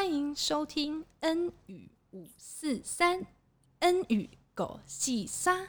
欢迎收听恩语543，恩语狗细沙。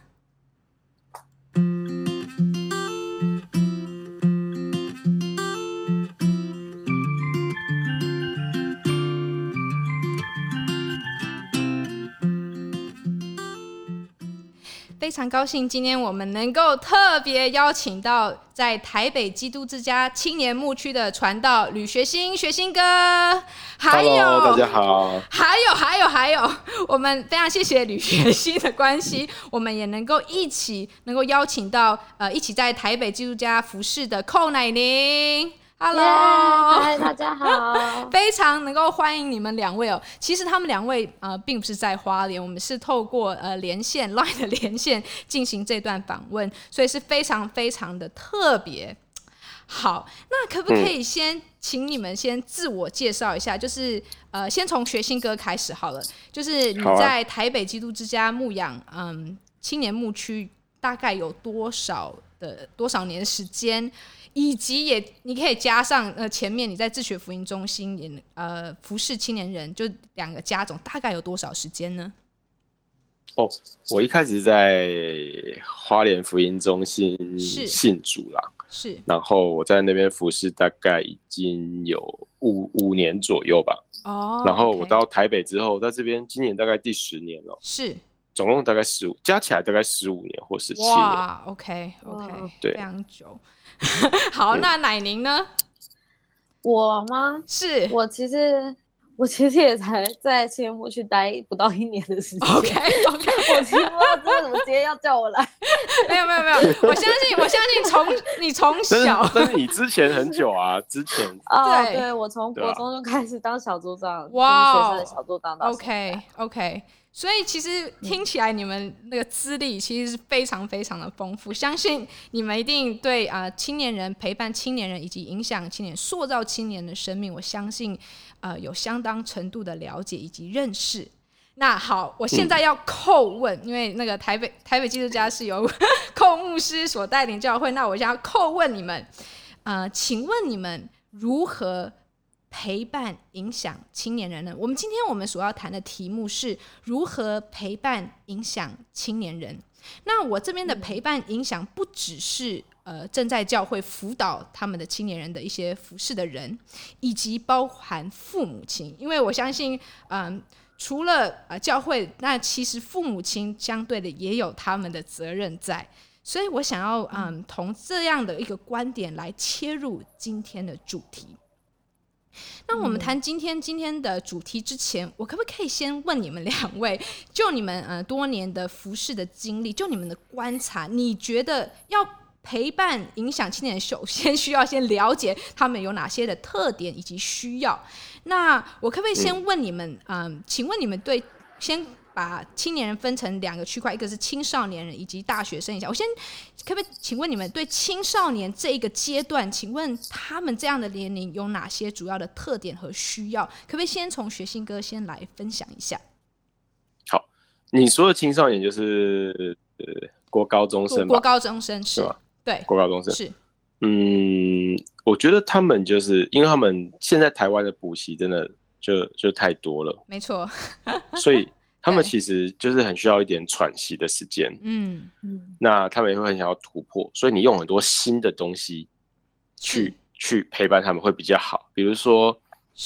非常高兴今天我们能够特别邀请到在台北基督之家青年牧区的传道吕学兴学兴哥，还有 Hello， 大家好， 还有，我们非常谢谢吕学兴的关系，我们也能够邀请到一起在台北基督家服侍的寇乃宁。Hello， 嗨，大家好， 非常能够欢迎你们两位哦。其实他们两位并不是在花莲，我们是透过连线 LINE 的连线进行这段访问，所以是非常非常的特别。好，那可不可以先请你们先自我介绍一下？就是先从学兴哥开始好了。就是你在台北基督之家牧养青年牧区大概有多少年的时间？以及你可以加上前面你在自学福音中心也服侍青年人，就2个加总，大概有多少时间呢？ 我一开始在花莲福音中心信主啦， 是， 然后我在那边服侍大概已经有5年左右吧。然后我到台北之后，在这边今年大概第10年了， 是， 总共大概15，加起来大概15年或17年。 哇 ，OK， 对， 非常久。好，那乃宁呢？ 我吗？ 是我其实也才在青年牧区待不到1年的时间。 OK， 我其实不知道这为什么今天要叫我来。 没有，我相信你从小， 但是你之前很久啊，之前对，我从国中就开始当小组长， 哇， 学生的小组长到现在。 OK。所以其实听起来你们那个资历其实是非常非常的丰富，相信你们一定对青年人陪伴青年人以及影响青年、塑造青年的生命，我相信有相当程度的了解以及认识。那好，我现在要叩问，因为那个台北基督家是由寇牧师所带领教会，那我想要叩问你们，请问你们如何陪伴影响青年人呢？今天我们所要谈的题目是如何陪伴影响青年人。那我这边的陪伴影响不只是正在教会辅导他们的青年人的一些服事的人，以及包含父母亲，因为我相信除了教会，那其实父母亲相对的也有他们的责任在。所以我想要从这样的一个观点来切入今天的主题。那我们谈今天的主题之前，我可不可以先问你们2位，就你们多年的服事的经历，就你们的观察，你觉得要陪伴影响青年人，首先需要先了解他们有哪些的特点以及需要？那我可不可以先问你们，请问你们先把青年人分成2个区块，一个是青少年人以及大学生以下。我先可不可以请问你们对青少年这一个阶段，请问他们这样的年龄有哪些主要的特点和需要？可不可以先从学兴哥先来分享一下？ 好，你说的青少年就是国高中生吧？ 国高中生是吧？ 对， 国高中生是。 我觉得他们就是因为他们现在台湾的补习真的就太多了， 没错， 所以他们其实就是很需要一点喘息的时间。那他们也会很想要突破，所以你用很多新的东西去陪伴他们会比较好。比如说，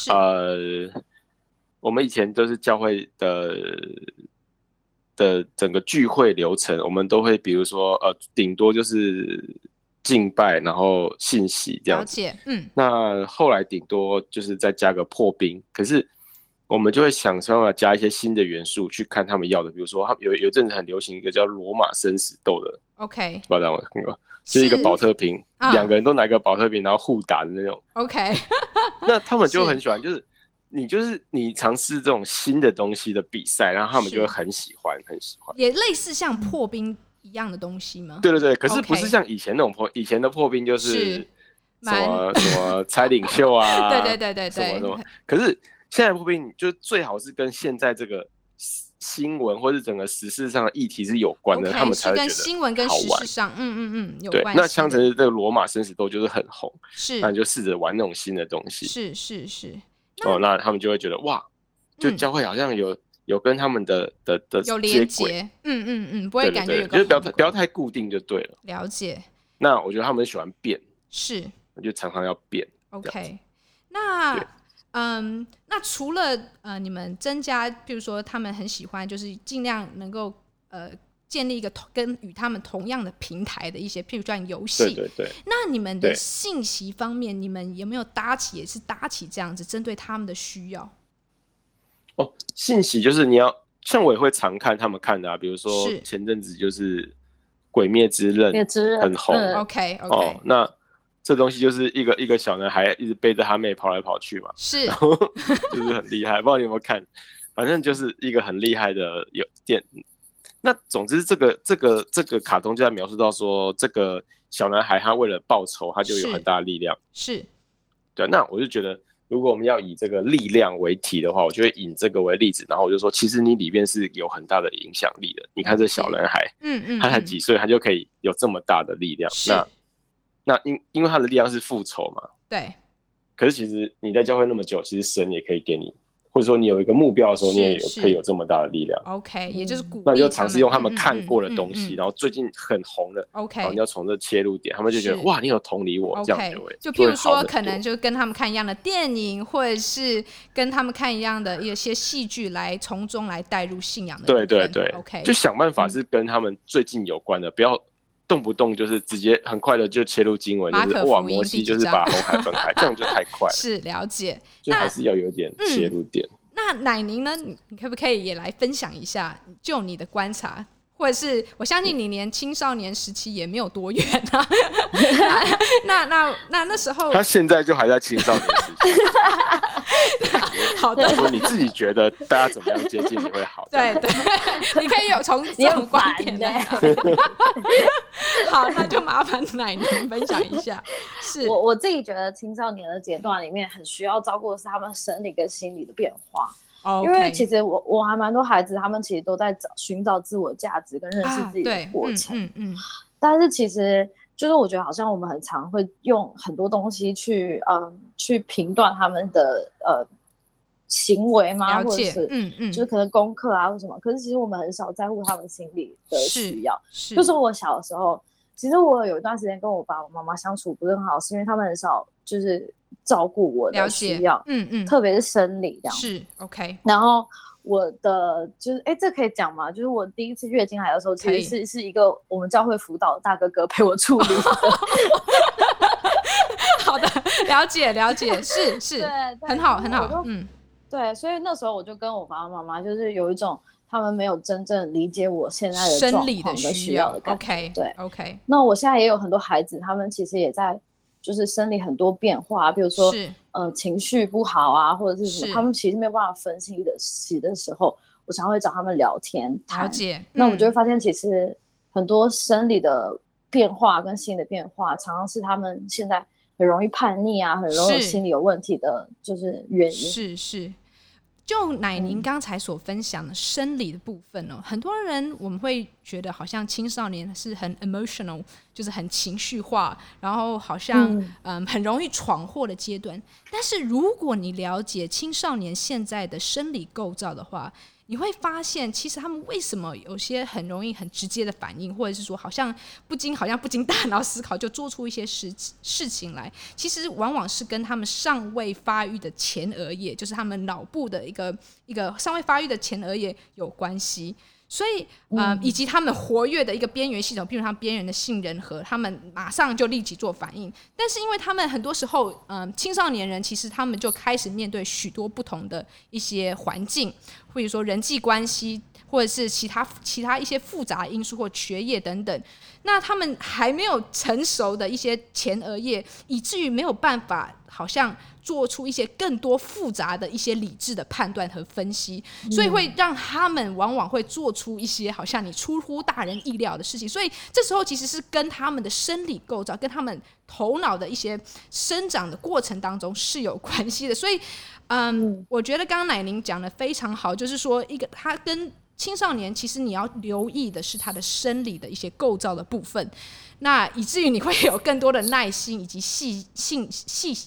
我们以前都是教会的整个聚会流程，我们都会比如说顶多就是敬拜，然后信息这样子。了解，那后来顶多就是再加个破冰，可是我们就会想办法加一些新的元素去看他们要的，比如说他们有阵子很流行一个叫罗马生死斗的 ，OK， 不知道大家有看过，是一个保特瓶，2个人都拿一个保特瓶，然后互打的那种 ，OK， 那他们就很喜欢，就是你尝试这种新的东西的比赛，然后他们就会很喜欢， 也类似像破冰一样的东西吗？ 对，可是不是像以前那种以前的破冰就是什么猜领袖啊， 对， 什么，可是现在的破冰就最好是跟现在这个新闻或是整个时事上的议题是有关的，他们才会觉得好玩。 是跟新闻跟时事上，有关系。 对，那像成这个罗马生死斗就是很红， 是， 那你就试着玩那种新的东西。 是。 那他们就会觉得哇，就教会好像有跟他们的有连结，不会感觉有个就是不要太固定就对了。 了解。 那我觉得他们喜欢变， 是， 我就常常要变。 OK， 那除了你们增加，比如说他们很喜欢，就是尽量能够建立一个与他们同样的平台的一些，譬如像游戏。 对。 那你们的信息方面，你们有没有搭起这样子，针对他们的需要？ 信息就是你要，像我也会常看他们看的啊，比如说前阵子就是《鬼灭之刃》很红 ，OK， 那这东西就是一个小男孩一直背着他妹跑来跑去嘛， 是， 然后就是很厉害，不知道你有没有看，反正就是一个很厉害的那总之这个卡通就在描述到说，这个小男孩他为了报仇，他就有很大的力量， 是， 对，那我就觉得。如果我们要以这个力量为题的话，我就会引这个为例子，然后我就说，其实你里面是有很大的影响力的。你看这小男孩，他才几岁，他就可以有这么大的力量。那因为他的力量是复仇嘛， 对。 可是其实你在教会那么久，其实神也可以给你，或者说你有一个目标的时候，你也可以有这么大的力量。 OK， 也就是鼓励。 那就尝试用他们看过的东西，然后最近很红的 ，OK， 然后你要从这切入点，他们就觉得哇，你有同理我，这样就譬如说，可能就跟他们看一样的电影，或者是跟他们看一样的一些戏剧，来从中来带入信仰的部分。 对 ，OK， 就想办法是跟他们最近有关的，不要动不动就是直接很快的就切入经文，就是哇，摩西就是把红海分开，这样就太快了。 是，了解。 就还是要有点切入点。 那乃宁呢？你可不可以也来分享一下，就你的观察，或者是我相信你连青少年时期也没有多远啊。那时候， 他现在就还在青少年时期。 好的， 你自己觉得大家怎么样接近你会好？ 对，你可以有从这种观点来。好，那就麻烦乃宁分享一下。是我自己觉得青少年的阶段里面很需要照顾的是他们生理跟心理的变化。因为其实我还蛮多孩子，他们其实都在寻找自我价值跟认识自己的过程。但是其实就是我觉得好像我们很常会用很多东西去评断他们的行为嘛，或者是就是可能功课啊或什么。可是其实我们很少在乎他们心理的需要。就是我小的时候，其实我有一段时间跟我爸爸妈妈相处不是很好，是因为他们很少就是照顾我的需要，特别是生理这样。 是 OK。 然后我的就是这可以讲吗？就是我第一次月经来的时候，其实是一个我们教会辅导的大哥哥陪我处理的。 好的，了解，是， 对， 很好， 对，所以那时候我就跟我爸爸妈妈就是有一种他们没有真正理解我现在的生理的需要的感觉。 OK， 对 OK。 那我现在也有很多孩子，他们其实也在就是生理很多变化，比如说情绪不好啊，或者是什么，他们其实没有办法分析的时候，我常会找他们聊天谈。 了解。 那我就会发现，其实很多生理的变化跟心理的变化，常常是他们现在很容易叛逆啊，很容易心理有问题的，就是原因。是。 就乃宁刚才所分享的生理的部分很多人我们会觉得好像青少年是很 emotional， 就是很情绪化，然后好像很容易闯祸的阶段。但是如果你了解青少年现在的生理构造的话，你会发现其实他们为什么有些很容易很直接的反应，或者是说好像不经大脑思考就做出一些事情来，其实往往是跟他们尚未发育的前额叶，就是他们脑部的一个尚未发育的前额叶有关系。所以以及他们活跃的一个边缘系统，譬如他们边缘的杏仁核，他们马上就立即做反应。但是因为他们很多时候青少年人其实他们就开始面对许多不同的一些环境，或者说人际关系，或者是其他一些复杂因素或学业等等，那他们还没有成熟的一些前额叶，以至于没有办法好像做出一些更多复杂的一些理智的判断和分析，所以会让他们往往会做出一些好像你出乎大人意料的事情。所以这时候其实是跟他们的生理构造跟他们头脑的一些生长的过程当中是有关系的。所以我觉得刚刚乃宁讲的非常好，就是说他跟青少年其实你要留意的是他的生理的一些构造的部分，那以至于你会有更多的耐心以及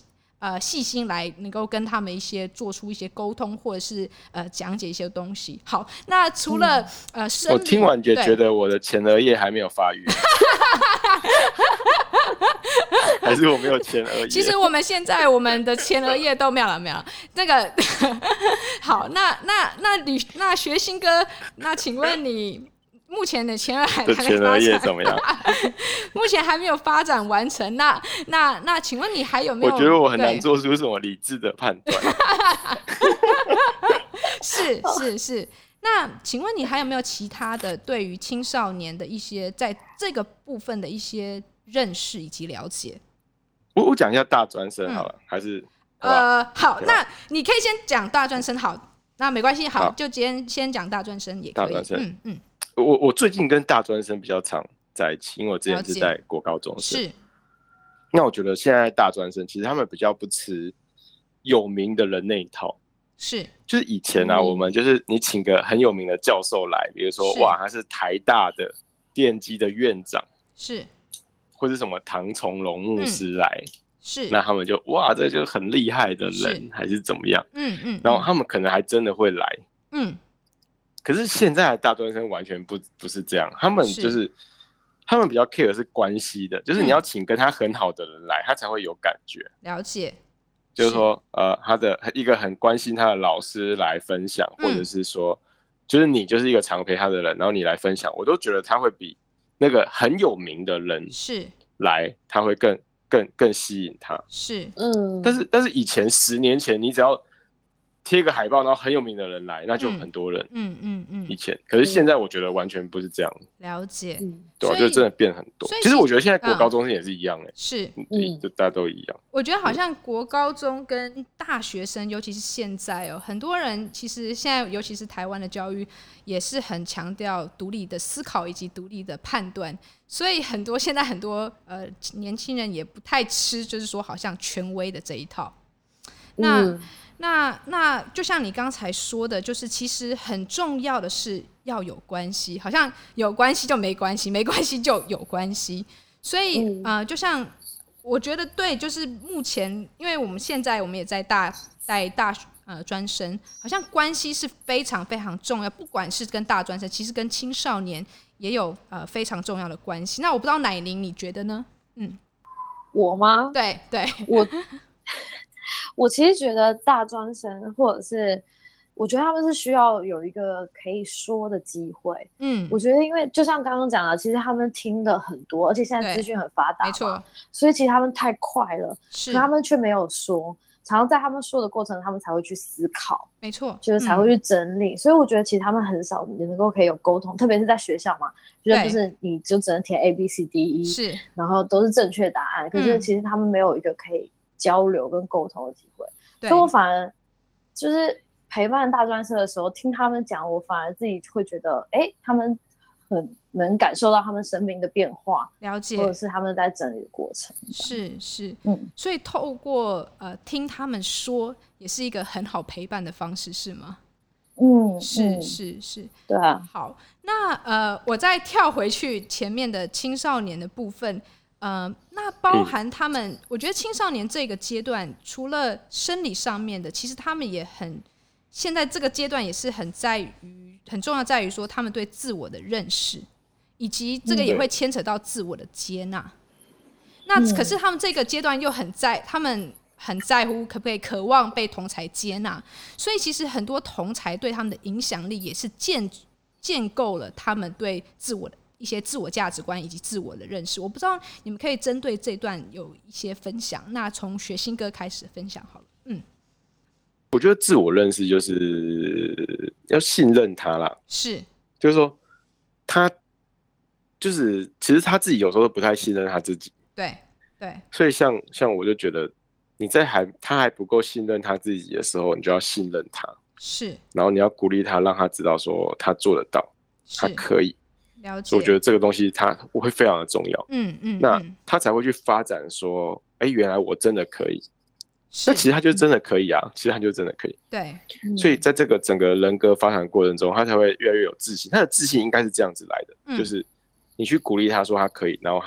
细心来能够跟他们做出一些沟通，或者是讲解一些东西。好，那除了生理， 我听完觉得我的前额叶还没有发育。还是我没有前额叶？ 其实我们现在我们的前额叶都没有了。这个好，那学新哥，那请问你目前的前额还没前额叶怎么样？ 目前还没有发展完成。那请问你还有没有？ 我觉得我很难做出什么理智的判断。 是。那请问你还有没有其他的对于青少年的一些在这个部分的一些认识以及了解？ 我讲一下大专生好了，还是好，那你可以先讲大专生。好，那没关系，好，就今天先讲大专生也可以。 大专生，我最近跟大专生比较常在一起，因为我之前是在国高中生。是。那我觉得现在大专生其实他们比较不吃有名的人那一套。 是， 就是以前啊，我们就是你请个很有名的教授来，比如说哇，他是台大的电机的院长， 是， 或是什么唐崇荣牧师来， 是， 那他们就哇，这就是很厉害的人，还是怎么样？然后他们可能还真的会来，可是现在的大专生完全不是这样，他们就是他们比较 care 的是关系的，就是你要请跟他很好的人来，他才会有感觉。 了解。 就是说，他的一个很关心他的老师来分享，或者是说，就是你就是一个常陪他的人，然后你来分享，我都觉得他会比那个很有名的人是来， 他会更吸引他。 是， 但是以前10年前，你只要贴个海报，然后很有名的人来，那就很多人。以前，可是现在我觉得完全不是这样。 了解。 对啊，就真的变很多。其实我觉得现在国高中生也是一样是， 就大家都一样。 我觉得好像国高中跟大学生，尤其是现在很多人其实现在，尤其是台湾的教育，也是很强调独立的思考以及独立的判断，所以现在很多年轻人也不太吃，就是说好像权威的这一套。那就像你刚才说的，就是其实很重要的是要有关系，好像有关系就没关系，没关系就有关系。所以就像我觉得对，就是目前，因为我们现在也在带大专生，好像关系是非常非常重要，不管是跟大专生，其实跟青少年也有非常重要的关系。那我不知道乃玲你觉得呢？ 我吗？ 对， 我其实觉得大专生，或者是我觉得他们是需要有一个可以说的机会。我觉得因为就像刚刚讲的，其实他们听的很多，而且现在资讯很发达， 没错， 所以其实他们太快了，可他们却没有说。常常在他们说的过程，他们才会去思考， 没错， 就是才会去整理。所以我觉得其实他们很少能够可以有沟通，特别是在学校嘛，就是你就只能填 ABCDE， 是，然后都是正确答案。可是其实他们没有一个可以交流跟沟通的机会，所以我反而就是陪伴大专生的时候，听他们讲，我反而自己会觉得，他们很能感受到他们生命的变化， 了解， 或者是他们在整理的过程。 是，所以透过听他们说，也是一个很好陪伴的方式，是吗？是， 对啊。 好，那我再跳回去前面的青少年的部分。那包含他们，我觉得青少年这个阶段，除了生理上面的，其实他们也现在这个阶段也是很重要在于说他们对自我的认识，以及这个也会牵扯到自我的接纳。那可是他们这个阶段又他们很在乎可不可以渴望被同侪接纳，所以其实很多同侪对他们的影响力也是建构了他们对自我的一些自我价值观以及自我的认识。我不知道你们可以针对这段有一些分享，那从学新哥开始分享好了。 我觉得自我认识就是要信任他啦，就是说他就是其实他自己有时候都不太信任他自己， 对， 所以像我就觉得你他还不够信任他自己的时候，你就要信任他，然后你要鼓励他，让他知道说他做得到，他可以。 了解， 所以我觉得这个东西它会非常的重要。那他才会去发展说，原来我真的可以。那其实他就真的可以啊，对。所以在这个整个人格发展过程中，他才会越来越有自信。他的自信应该是这样子来的，就是你去鼓励他说他可以，然后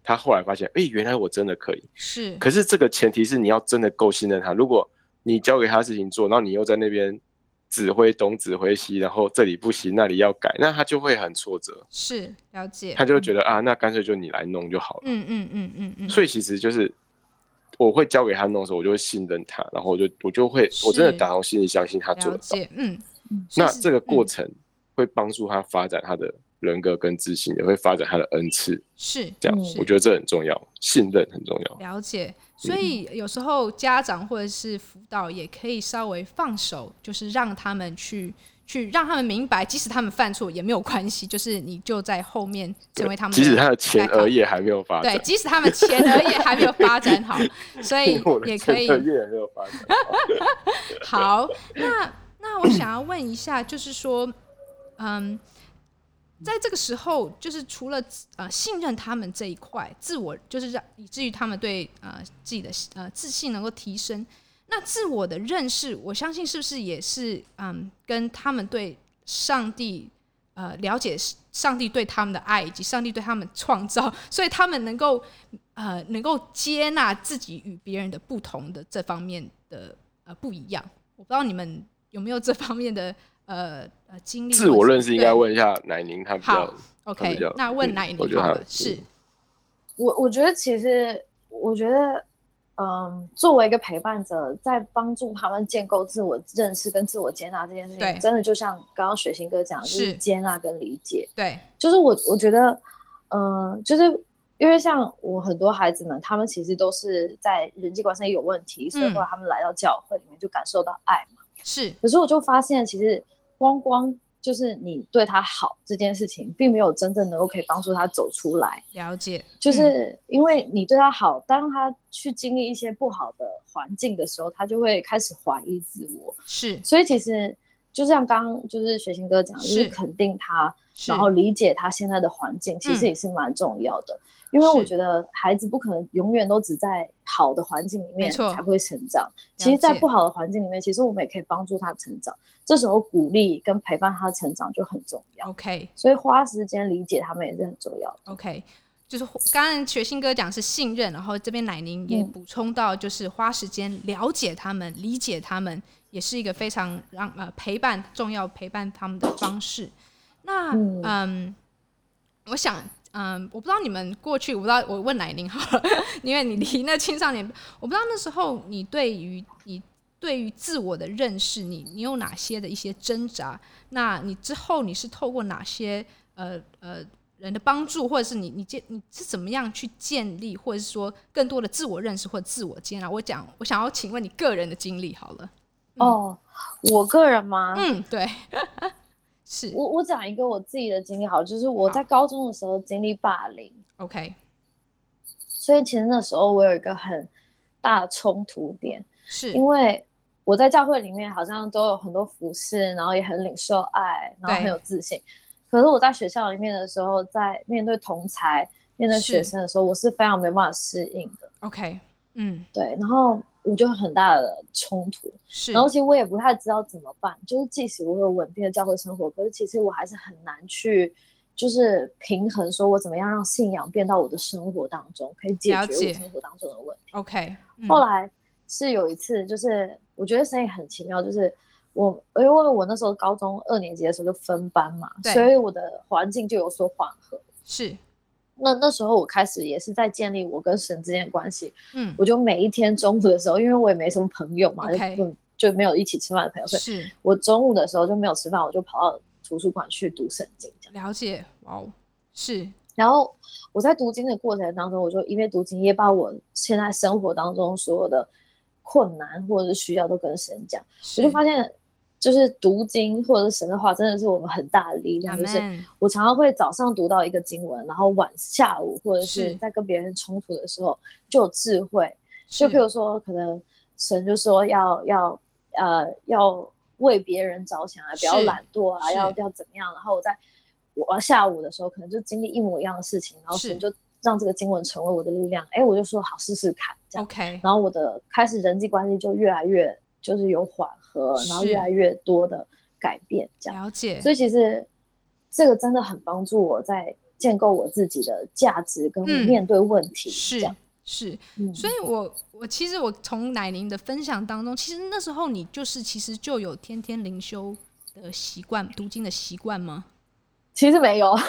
他后来发现，原来我真的可以。 是， 可是这个前提是你要真的够信任他。如果你交给他事情做，然后你又在那边指挥东指挥西，然后这里不行那里要改，那他就会很挫折。 是，了解。 他就会觉得那干脆就你来弄就好了。所以其实就是我会交给他弄的时候，我就会信任他，然后我就会我真的打从心里相信他做得到。那这个过程会帮助他发展他的人格跟自信，也会发展他的恩赐。 是这样，我觉得这很重要，信任很重要。 了解。所以有时候家长或者是辅导也可以稍微放手，就是让他们去让他们明白，即使他们犯错也没有关系，就是你就在后面成为他们的， 即使他的前额叶还没有发展， 对，即使他们前额叶还没有发展好，所以也可以。 前额叶还没有发展好。那我想要问一下，就是说，在这个时候，就是除了信任他们这一块，自我就是以至于他们对自己的自信能够提升。那自我的认识，我相信是不是也是跟他们对上帝了解上帝对他们的爱，以及上帝对他们创造，所以他们能够接纳自己与别人的不同的这方面的不一样。我不知道你们有没有这方面的经历？ 自我认识应该问一下乃宁，他比较好 OK。那问乃宁好了。是， 我觉得其实我觉得作为一个陪伴者，在帮助他们建构自我认识跟自我接纳这件事情，真的就像刚刚雪星哥讲的，就是接纳跟理解。 对， 就是我觉得就是因为像我很多孩子们，他们其实都是在人际关系有问题，所以后来他们来到教会里面就感受到爱嘛。 是， 可是我就发现其实光就是你对他好这件事情，并没有真正能够可以帮助他走出来。 了解。 就是因为你对他好，当他去经历一些不好的环境的时候，他就会开始怀疑自我。 是， 所以其实就像刚刚就是雪星哥讲的，就是肯定他，然后理解他现在的环境，其实也是蛮重要的。因为我觉得孩子不可能永远都只在好的环境里面才会成长，其实在不好的环境里面，其实我们也可以帮助他成长，这时候鼓励跟陪伴他的成长就很重要。 OK， 所以花时间理解他们也是很重要的。 OK， 就是刚刚雪星哥讲是信任，然后这边乃宁也补充到就是花时间了解他们，理解他们，也是一个非常陪伴重要陪伴他们的方式。那我想我不知道你们过去，我不知道，我问乃宁好了，因为你离那青少年，我不知道那时候你对于自我的认识，你有哪些的一些挣扎？那你之后你是透过哪些人的帮助，或者是你是怎么样去建立，或者是说更多的自我认识或者自我接纳？我想要请问你个人的经历好了。 我个人吗？ 对。是我讲一个我自己的经历好，就是我在高中的时候经历霸凌。 OK， 所以其实那时候我有一个很大的冲突点， 是因为我在教会里面好像都有很多服侍，然后也很领受爱，然后很有自信。可是我在学校里面的时候，在面对同儕、面对学生的时候，我是非常没办法适应的。 OK， 对，然后我就很大的冲突， 是， 然后其实我也不太知道怎么办，就是即使我有稳定的教会生活，可是其实我还是很难去就是平衡，说我怎么样让信仰变到我的生活当中，可以解决我生活当中的问题。 OK， 后来是有一次，就是我觉得生意很奇妙，就是因为我那时候高中2年级的时候就分班嘛，所以我的环境就有所缓和。 是。 那时候我开始也是在建立我跟神之间的关系。我就每一天中午的时候，因为我也没什么朋友嘛，就没有一起吃饭的朋友，所以我中午的时候就没有吃饭，我就跑到图书馆去读圣经。 了解，哇，是。 然后我在读经的过程当中，我就因为读经也把我现在生活当中所有的困难或者是需要都跟神讲，我就发现。就是读经或者是神的话真的是我们很大的力量，就是我常常会早上读到一个经文，然后下午或者是在跟别人冲突的时候就有智慧，就譬如说可能神就说要为别人着想啊，不要懒惰啊，要怎么样，然后我下午的时候可能就经历一模一样的事情，然后神就让这个经文成为我的力量，我就说好试试看这样。 OK， 然后我的开始人际关系就越来越就是有缓和，然后越来越多的改变这样。 了解。 所以其实这个真的很帮助我在建构我自己的价值跟面对问题， 是，所以我其实我从乃琳的分享当中，其实那时候你其实就有天天灵修的习惯，读经的习惯吗？ 其实没有。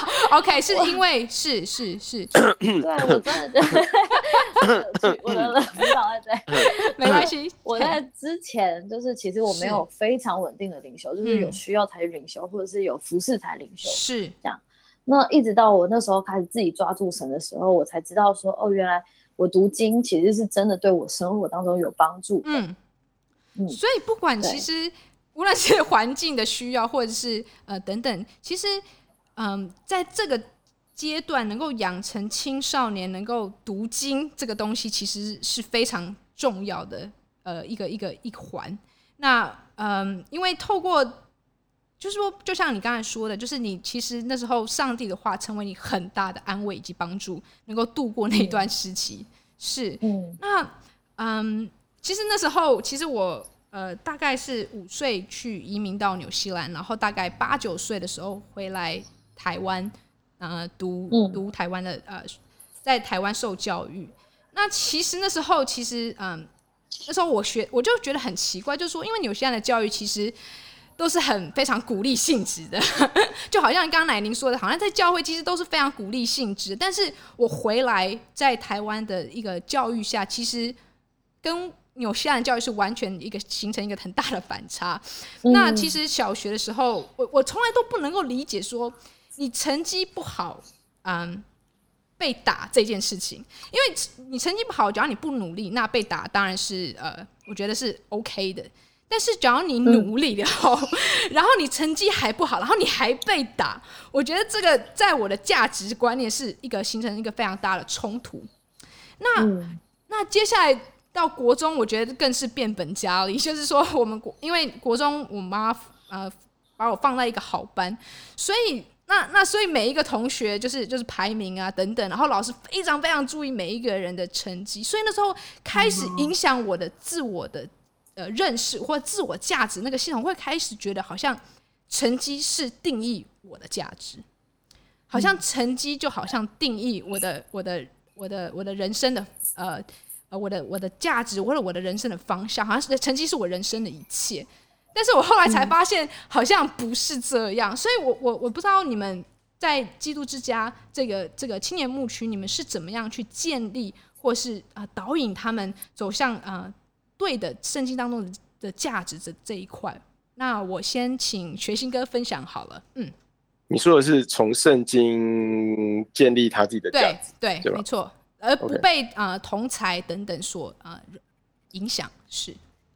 OK， 是因为是对，我真的觉得我的辅导在没关系。 我在之前就是其实我没有非常稳定的灵修，就是有需要才灵修，或者是有服事才灵修， 是这样。那一直到我那时候开始自己抓住神的时候，我才知道说，哦，原来我读经其实是真的对我生活当中有帮助的。 所以不管其实无论是环境的需要，或者是等等，其实在这个阶段能够养成青少年能够读经这个东西，其实是非常重要的一环。那因为透过就是说，就像你刚才说的，就是你其实那时候上帝的话成为你很大的安慰以及帮助，能够度过那一段时期。那其实那时候其实我大概是5岁去移民到纽西兰，然后大概8、9岁的时候回来台湾，读台湾的在台湾受教育。那其实那时候那时候我就觉得很奇怪，就是说因为纽西兰的教育其实都是非常鼓励性质的，就好像刚刚乃琳说的，好像在教会其实都是非常鼓励性质，但是我回来在台湾的一个教育下，其实跟纽西兰的教育是完全形成一个很大的反差。那其实小学的时候，我从来都不能够理解说你成绩不好，被打这件事情，因为你成绩不好，只要你不努力，那被打当然是我觉得是 OK 的。但是只要你努力了后，然后你成绩还不好，然后你还被打，我觉得这个在我的价值观念是形成一个非常大的冲突。那接下来到国中，我觉得更是变本加厉，就是说因为国中我妈把我放在一个好班，所以所以每一个同学就是排名啊等等，然后老师非常非常注意每一个人的成绩，所以那时候开始影响我的自我的认识或自我价值，那个系统会开始觉得好像成绩是定义我的价值，好像成绩就好像定义我的人生的我的价值或者我的人生的方向，好像是成绩是我人生的一切。但是我后来才发现好像不是这样，所以我不知道你们在基督之家这个青年牧区，你们是怎么样去建立或是导引他们走向对的圣经当中的价值这一块。那我先请学新哥分享好了。 你说的是从圣经建立他自己的价值， 对，没错，而不被同侪等等所影响。是，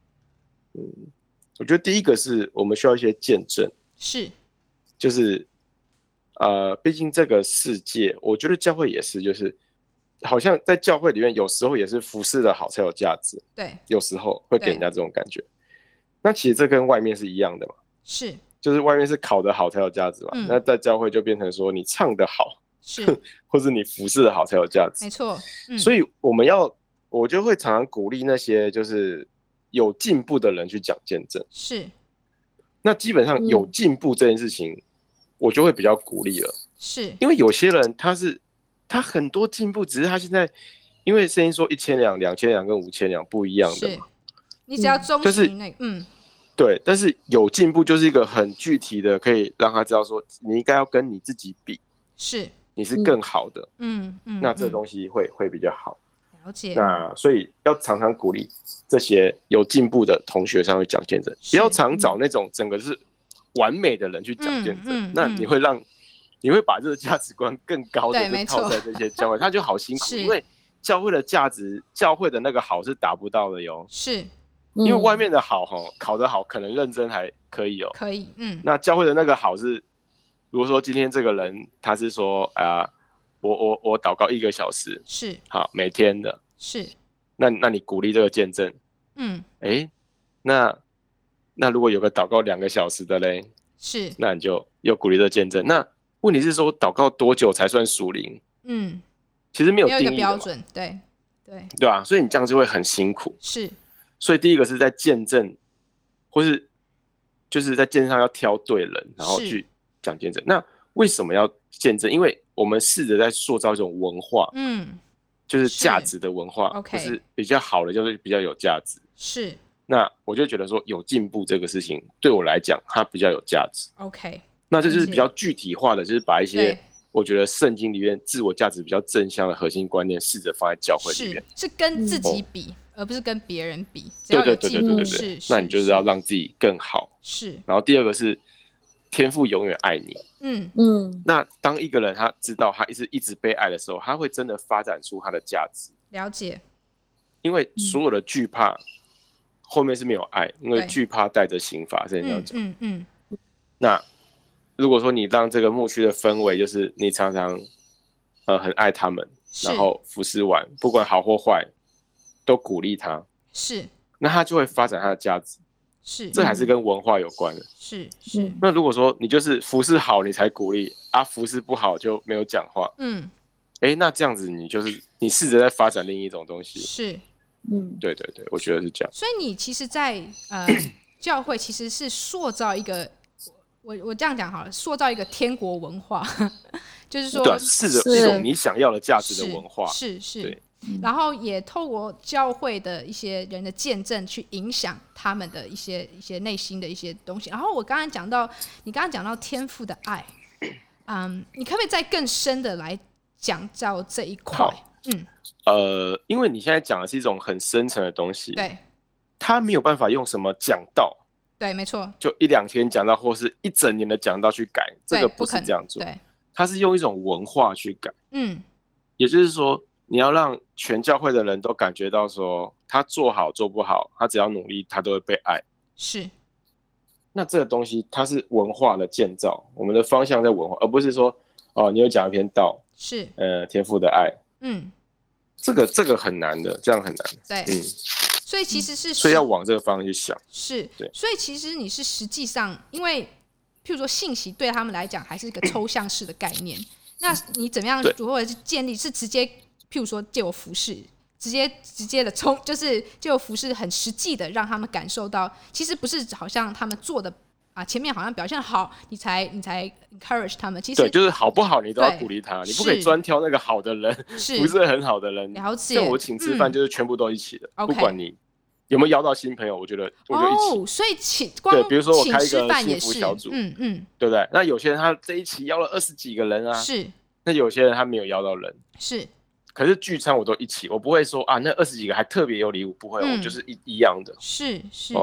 我觉得第一个是我们需要一些见证，就是毕竟这个世界，我觉得教会也是，就是好像在教会里面，有时候也是服侍的好才有价值， 对， 有时候会给人家这种感觉。那其实这跟外面是一样的嘛，就是外面是考得好才有价值嘛，那在教会就变成说你唱得好，或是你服侍的好才有价值， 没错。 所以我就会常常鼓励那些就是有进步的人去讲见证，那基本上有进步这件事情，我就会比较鼓励了，因为有些人他很多进步，只是他现在因为圣经说1000两、2000两跟5000两不一样的嘛， 你只要忠行那个， 对，但是有进步就是一个很具体的，可以让他知道说你应该要跟你自己比，你是更好的，那这个东西会比较好。 了解。 那所以要常常鼓励这些有进步的同学上去讲见证，不要常找那种整个是完美的人去讲见证，那你会把这个价值观更高的就套在这些教会，他就好辛苦，因为教会的价值，教会的那个好是达不到的哟，因为外面的好考得好，可能认真还可以可以，那教会的那个好是，如果说今天这个人他是说我祷告1个小时，好，每天的，那你鼓励这个见证，那如果有个祷告2个小时的嘞，那你就又鼓励这个见证。那问题是说祷告多久才算属灵？其实没有定义的嘛， 没有一个标准， 对吧？所以你这样就会很辛苦。所以第一个是在见证，或是就是在见证上要挑对人，然后去讲见证。那为什么要见证？因为我们试着在塑造一种文化，就是价值的文化，就是比较好的，就是比较有价值。 是。 那我就觉得说，有进步这个事情对我来讲，它比较有价值。 OK。 那这就是比较具体化的，就是把一些我觉得圣经里面自我价值比较正向的核心观念，试着放在教会里面。 是跟自己比，而不是跟别人比。对， 那你就是要让自己更好。 是。 然后第二个是天父永远爱你。那当一个人他知道他一直被爱的时候，他会真的发展出他的价值。 了解。 因为所有的惧怕后面是没有爱，因为惧怕带着刑罚，是这样讲。那如果说你让这个牧区的氛围，就是你常常很爱他们，然后服侍完，不管好或坏，都鼓励他， 是， 那他就会发展他的价值。 是， 这还是跟文化有关的。 是。 那如果说你就是服侍好你才鼓励啊，服侍不好就没有讲话，那这样子你试着在发展另一种东西。 是， 对，我觉得是这样。 所以你其实在教会其实是塑造一个，我这样讲好了，塑造一个天国文化，就是说， 对，是一种你想要的价值的文化。 是。对。然后也透过教会的一些人的见证去影响他们的一些内心的一些东西。然后你刚刚讲到天父的爱，你可不可以再更深的来讲到这一块？ 因为你现在讲的是一种很深层的东西， 对， 他没有办法用什么讲道， 对，没错， 就1-2天讲道，或是1整年的讲道去改，这个不是这样做， 对， 他是用一种文化去改，也就是说，你要让全教会的人都感觉到说，他做好做不好，他只要努力，他都会被爱。 是。 那这个东西它是文化的建造，我们的方向在文化，而不是说你有讲一篇道， 是天父的爱，这个很难的，这样很难。 对，所以其实是， 所以要往这个方向去想。 是，对，所以其实你是实际上，因为譬如说信息对他们来讲还是一个抽象式的概念，那你怎么样如何建立？是直接譬如说借我服事，直接的就是借我服事，很实际的让他们感受到，其实不是好像他们做的前面好像表现好，你才 encourage 他们。其实对，就是好不好你都要鼓励他，你不可以专挑那个好的人，不是很好的人。 了解。 像我请吃饭就是全部都一起的，不管你有没有邀到新朋友，我觉得我就一起。 所以对，比如说我开一个幸福小组，对不对？那有些人他这一期邀了20几个人啊， 是。 那有些人他没有邀到人， 是。 可是聚餐我都一起，我不会说那20几个还特别有礼物，不会，我就是一样的。 是。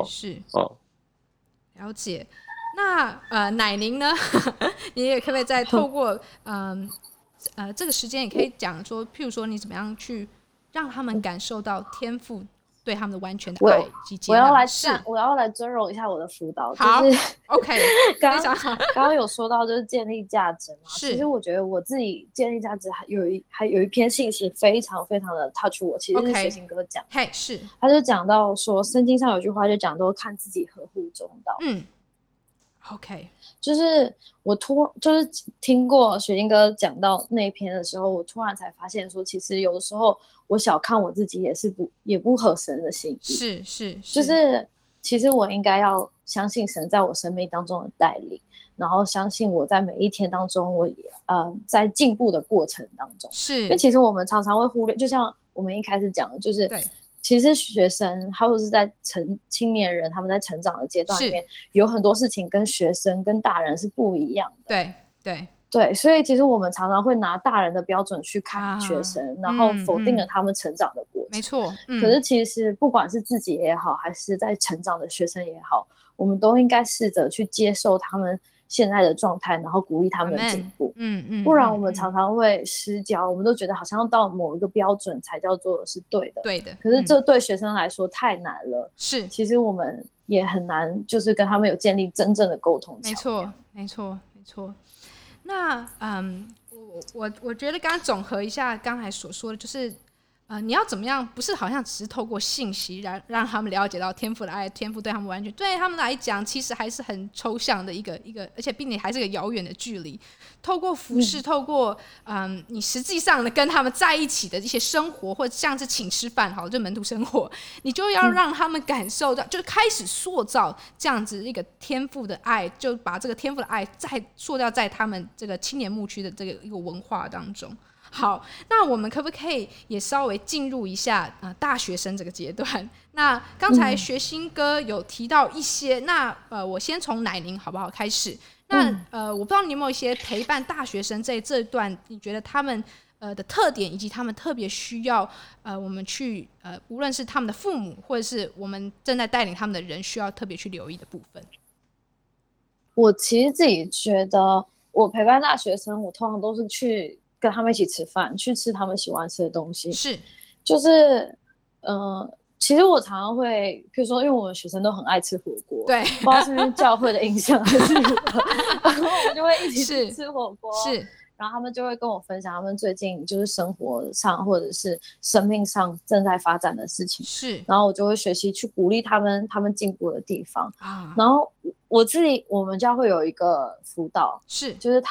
了解。那乃宁呢？你也可不可以再透过这个时间，也可以讲说，譬如说你怎么样去让他们感受到天父对他们的完全的爱及接纳。 我要来尊荣一下我的辅导。 好， 就是 OK， 非常好。 刚刚有说到就是建立价值嘛，其实我觉得我自己建立价值还有一篇信息非常非常的 touch 我，其实是学信哥讲， 是， 他就讲到说圣经上有句话就讲都看自己合乎中道。 OK， 就是我就是听过雪晶哥讲到那一篇的时候，我突然才发现说，其实有的时候我小看我自己也不合神的心意。是，就是其实我应该要相信神在我生命当中的带领，然后相信我在每一天当中，我在进步的过程当中。是，因为其实我们常常会忽略，就像我们一开始讲的，就是对。其实学生或者是在青年人他们在成长的阶段里面，有很多事情跟学生跟大人是不一样的。对，所以其实我们常常会拿大人的标准去看学生，然后否定了他们成长的过程。 没错。 可是其实不管是自己也好，还是在成长的学生也好，我们都应该试着去接受他们现在的状态，然后鼓励他们的进步。不然我们常常会失焦，我们都觉得好像到某一个标准才叫做是对的。可是这对学生来说太难了。是，其实我们也很难，就是跟他们有建立真正的沟通。 没错。那我觉得刚刚总和一下刚才所说的，就是你要怎么样？不是好像只是透过信息让他们了解到天父的爱，天父对他们完全对他们来讲，其实还是很抽象的一个，而且并且还是个遥远的距离。透过服事，透过你实际上的跟他们在一起的一些生活，或者像是请吃饭，好，就门徒生活，你就要让他们感受到，就开始塑造这样子一个天父的爱，就把这个天父的爱再塑造在他们这个青年牧区的这个一个文化当中。好，那我们可不可以也稍微进入一下大学生这个阶段？那刚才学新哥有提到一些，那我先从乃宁好不好开始？那我不知道你有没有一些陪伴大学生这一段，你觉得他们的特点以及他们特别需要我们去无论是他们的父母或者是我们正在带领他们的人需要特别去留意的部分。 我其实自己觉得，我陪伴大学生，我通常都是去跟他们一起吃饭，去吃他们喜欢吃的东西。是，就是其实我常常会，比如说，因为我们学生都很爱吃火锅，对，不知道是不是教会的影响还是如何，然后我们就会一起去吃火锅，是，然后他们就会跟我分享他们最近就是生活上或者是生命上正在发展的事情，是，然后我就会学习去鼓励他们进步的地方啊。然后我们家会有一个辅导，是，就是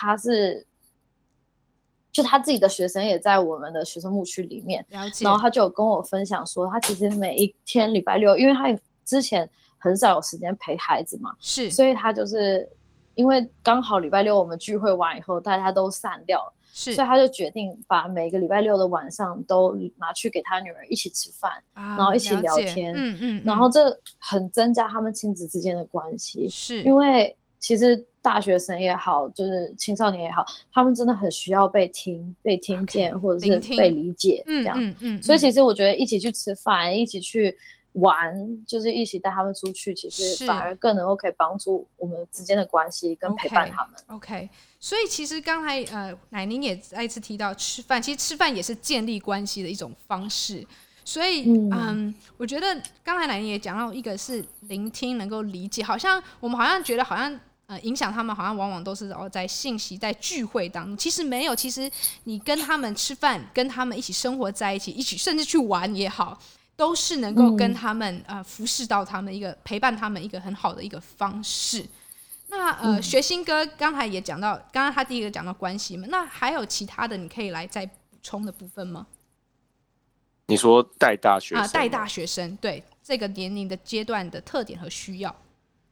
就他自己的学生也在我们的学生牧区里面，然后他就有跟我分享说，他其实每一天礼拜六，因为他之前很少有时间陪孩子嘛，是，所以他就是因为刚好礼拜六我们聚会完以后，大家都散掉了，是，所以他就决定把每个礼拜六的晚上都拿去给他女儿一起吃饭，然后一起聊天，然后这很增加他们亲子之间的关系，是，因为其实大学生也好，就是青少年也好，他们真的很需要被听见，或者是被理解，这样。所以其实我觉得一起去吃饭，一起去玩，就是一起带他们出去，其实反而更能够可以帮助我们之间的关系跟陪伴他们。 OK， 所以其实刚才乃宁也再一次提到吃饭，其实吃饭也是建立关系的一种方式。所以我觉得刚才乃宁也讲到一个是聆听，能够理解，好像我们好像觉得好像影响他们好像往往都是在信息在聚会当中，其实没有，其实你跟他们吃饭，跟他们一起生活在一起，一起甚至去玩也好，都是能够跟他们服侍到他们一个陪伴他们一个很好的一个方式。那学新哥刚才也讲到，刚刚他第一个讲到关系嘛，那还有其他的你可以来再补充的部分吗？ 你说带大学生带大学生，对这个年龄的阶段的特点和需要。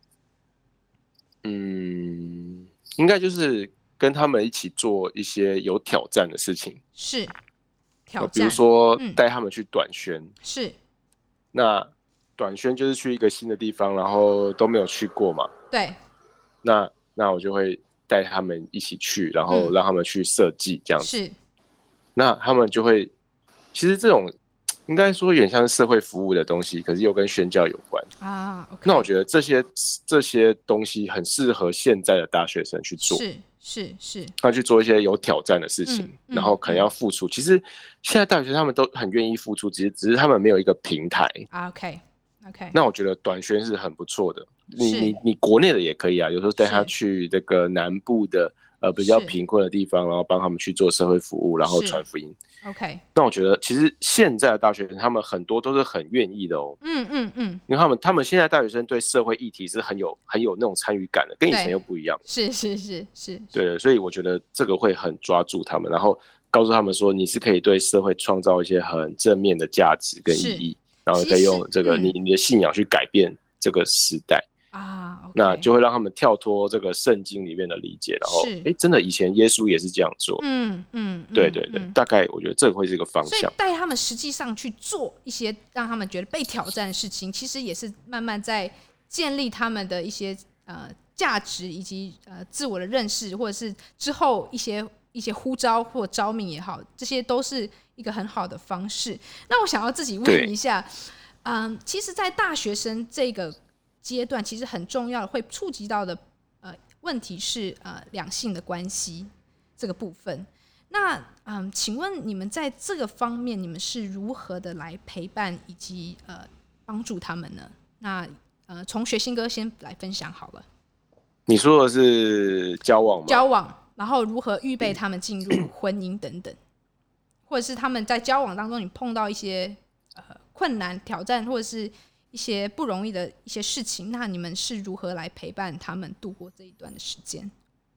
应该就是跟他们一起做一些有挑战的事情， 是挑战， 比如说带他们去短宣， 是， 那短宣就是去一个新的地方，然后都没有去过嘛， 对， 那我就会带他们一起去，然后让他们去设计这样子， 是， 那他们就会，其实这种应该说有点像是社会服务的东西，可是又跟宣教有关啊。Okay. 那我觉得这些东西很适合现在的大学生去做， 是， 他去做一些有挑战的事情，然后可能要付出。其实现在大学生他们都很愿意付出，只是他们没有一个平台。 OK， 那我觉得短宣是很不错的。你国内的也可以啊，有时候带他去这个南部的比较贫困的地方，然后帮他们去做社会服务，然后传福音。 OK， 那我觉得其实现在的大学生他们很多都是很愿意的哦。因为他们现在大学生对社会议题是很有那种参与感的，跟以前又不一样。 是。 对，所以我觉得这个会很抓住他们，然后告诉他们说你是可以对社会创造一些很正面的价值跟意义，然后可以用这个你的信仰去改变这个时代。 Okay. 那就会让他们跳脱这个圣经里面的理解，然后真的以前耶稣也是这样做，对，大概我觉得这会是一个方向， 所以带他们实际上去做一些让他们觉得被挑战的事情，其实也是慢慢在建立他们的一些价值以及自我的认识，或者是之后一些呼召或召命也好，这些都是一个很好的方式。那我想要自己问一下，其实在大学生这个阶段其实很重要的会触及到的问题是两性的关系这个部分。那请问你们在这个方面你们是如何的来陪伴以及帮助他们呢？那从学新哥先来分享好了。 你说的是交往吗？ 交往，然后如何预备他们进入婚姻等等， 或者是他们在交往当中你碰到一些困难挑战或者是一些不容易的一些事情，那你们是如何来陪伴他们度过这一段的时间？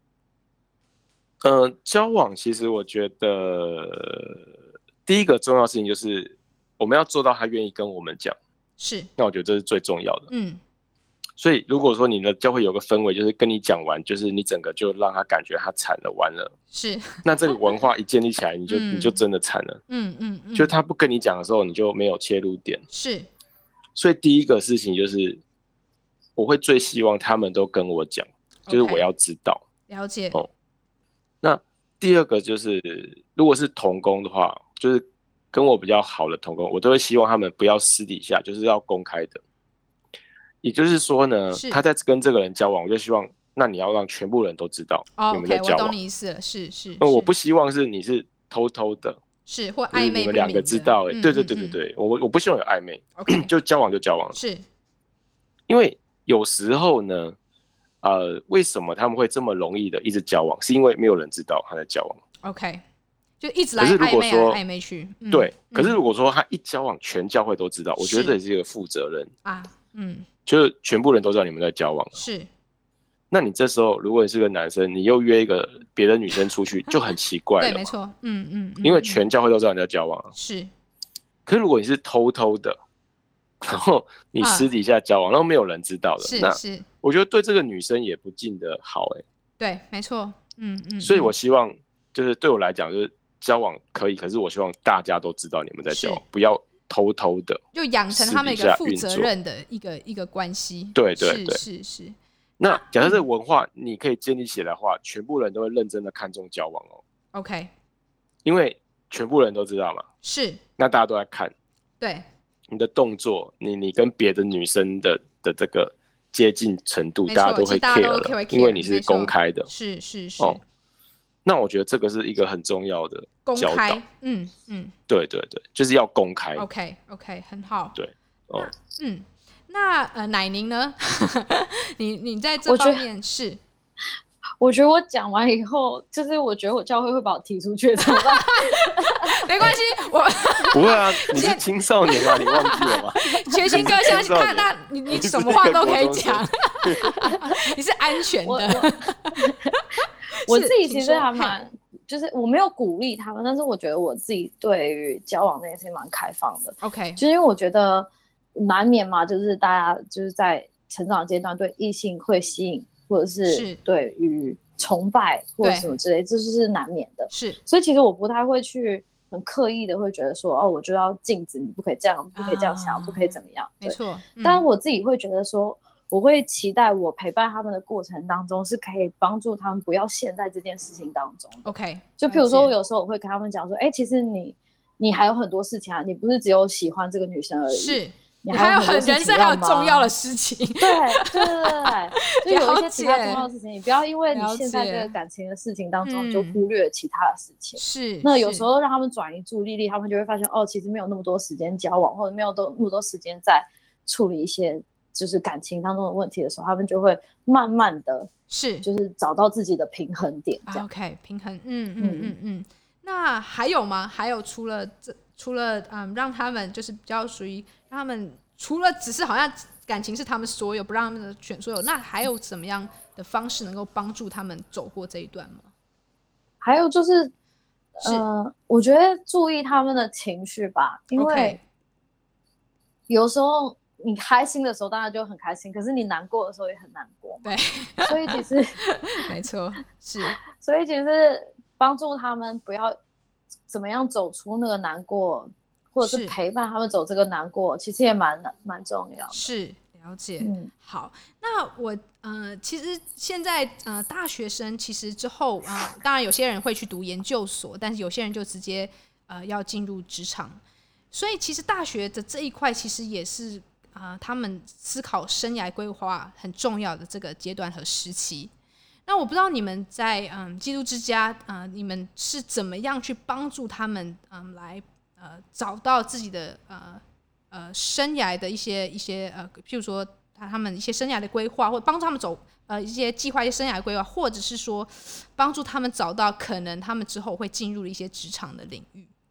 交往其实我觉得第一个重要的事情就是我们要做到他愿意跟我们讲， 是， 那我觉得这是最重要的。所以如果说你的教会有个氛围，就是跟你讲完，就是你整个就让他感觉他惨了完了， 是， 那这个文化一建立起来，你就真的惨了。就是他不跟你讲的时候，你就没有切入点。 是， 所以第一个事情就是我会最希望他们都跟我讲，就是我要知道。 了解。 那第二个就是如果是同工的话，就是跟我比较好的同工，我都会希望他们不要私底下，就是要公开的。也就是说呢，他在跟这个人交往，我就希望那你要让全部人都知道你们在交往。 我懂你意思了，是。 我不希望是你是偷偷的， 是或暧昧， 你们两个知道。对，我不希望有暧昧，就交往就交往了。 是， 因为有时候呢，为什么他们会这么容易的一直交往？是因为没有人知道他在交往。 OK， 就一直来暧昧去。 对，可是如果说他一交往，全教会都知道，我觉得这也是一个负责任啊。就是全部人都知道你们在交往。 是。 那你这时候如果你是个男生，你又约一个别的女生出去，就很奇怪了。 对，没错。 因为全教会都知道你在交往。 是。 可是如果你是偷偷的，然后你私底下交往，然后没有人知道的，那我觉得对这个女生也不尽得好。 对，没错。 所以我希望就是对我来讲，就是交往可以，可是我希望大家都知道你们在交往，不要偷偷的， 就养成他们一个负责任的一个关系。 对， 是。 那假设这个文化你可以建立起来的话，全部人都会认真的看重交往。 OK， 因为全部人都知道嘛。 是。 那大家都在看。 对。 你的动作，你跟别的女生的这个接近程度，大家都会 care 了，因为你是公开的。 是。 那我觉得这个是一个很重要的教导。 公开。 对，就是要公开。 OK， 很好。 对。 那乃宁呢？你在这方面是？ 我觉得我讲完以后，就是我觉得我教会会把我踢出去，怎么办？ 没关系，我不会啊，你是青少年啊，你忘记了吗？ 全新哥相信那你什么话都可以讲，你是安全的。 我自己其实还蛮，就是我没有鼓励他们，但是我觉得我自己对于交往这件事情蛮开放的。 OK， 就是因为我觉得难免嘛，就是大家就是在成长阶段对异性会吸引，或者是对于崇拜或者什么之类，这就是难免的。 是， 所以其实我不太会去很刻意的会觉得说，我就要禁止你不可以这样，不可以这样想，不可以怎么样。 没错。 但是我自己会觉得说，我会期待我陪伴他们的过程当中是可以帮助他们不要陷在这件事情当中。 OK， 就譬如说我有时候我会跟他们讲说，其实你还有很多事情啊，你不是只有喜欢这个女生而已。是。 你还有人生还有重要的事情。 对，就有一些其他重要的事情，你不要因为你现在这个感情的事情当中就忽略其他的事情。 是。 那有时候让他们转移注意力，他们就会发现其实没有那么多时间交往，或者没有那么多时间在处理一些就是感情当中的问题的时候，他们就会慢慢的就是找到自己的平衡点。这样。 OK， 平衡。那还有吗？还有除了让他们就是比较属于让他们除了只是好像感情是他们所有，不让他们选所有，那还有怎么样的方式能够帮助他们走过这一段吗？ 还有就是我觉得注意他们的情绪吧，因为有时候你开心的时候当然就很开心，可是你难过的时候也很难过。 对， 所以其实没错，是。 所以其实帮助他们不要怎么样走出那个难过，或者是陪伴他们走这个难过，其实也蛮重要的。 是，了解。好，那我其实现在大学生其实之后当然有些人会去读研究所，但是有些人就直接要进入职场，所以其实大学的这一块其实也是他们思考生涯规划很重要的这个阶段和时期。那我不知道你们在基督之家你们是怎么样去帮助他们来找到自己的生涯的一些譬如说他们一些生涯的规划，或者帮助他们走一些计划一些生涯规划，或者是说帮助他们找到可能他们之后会进入一些职场的领域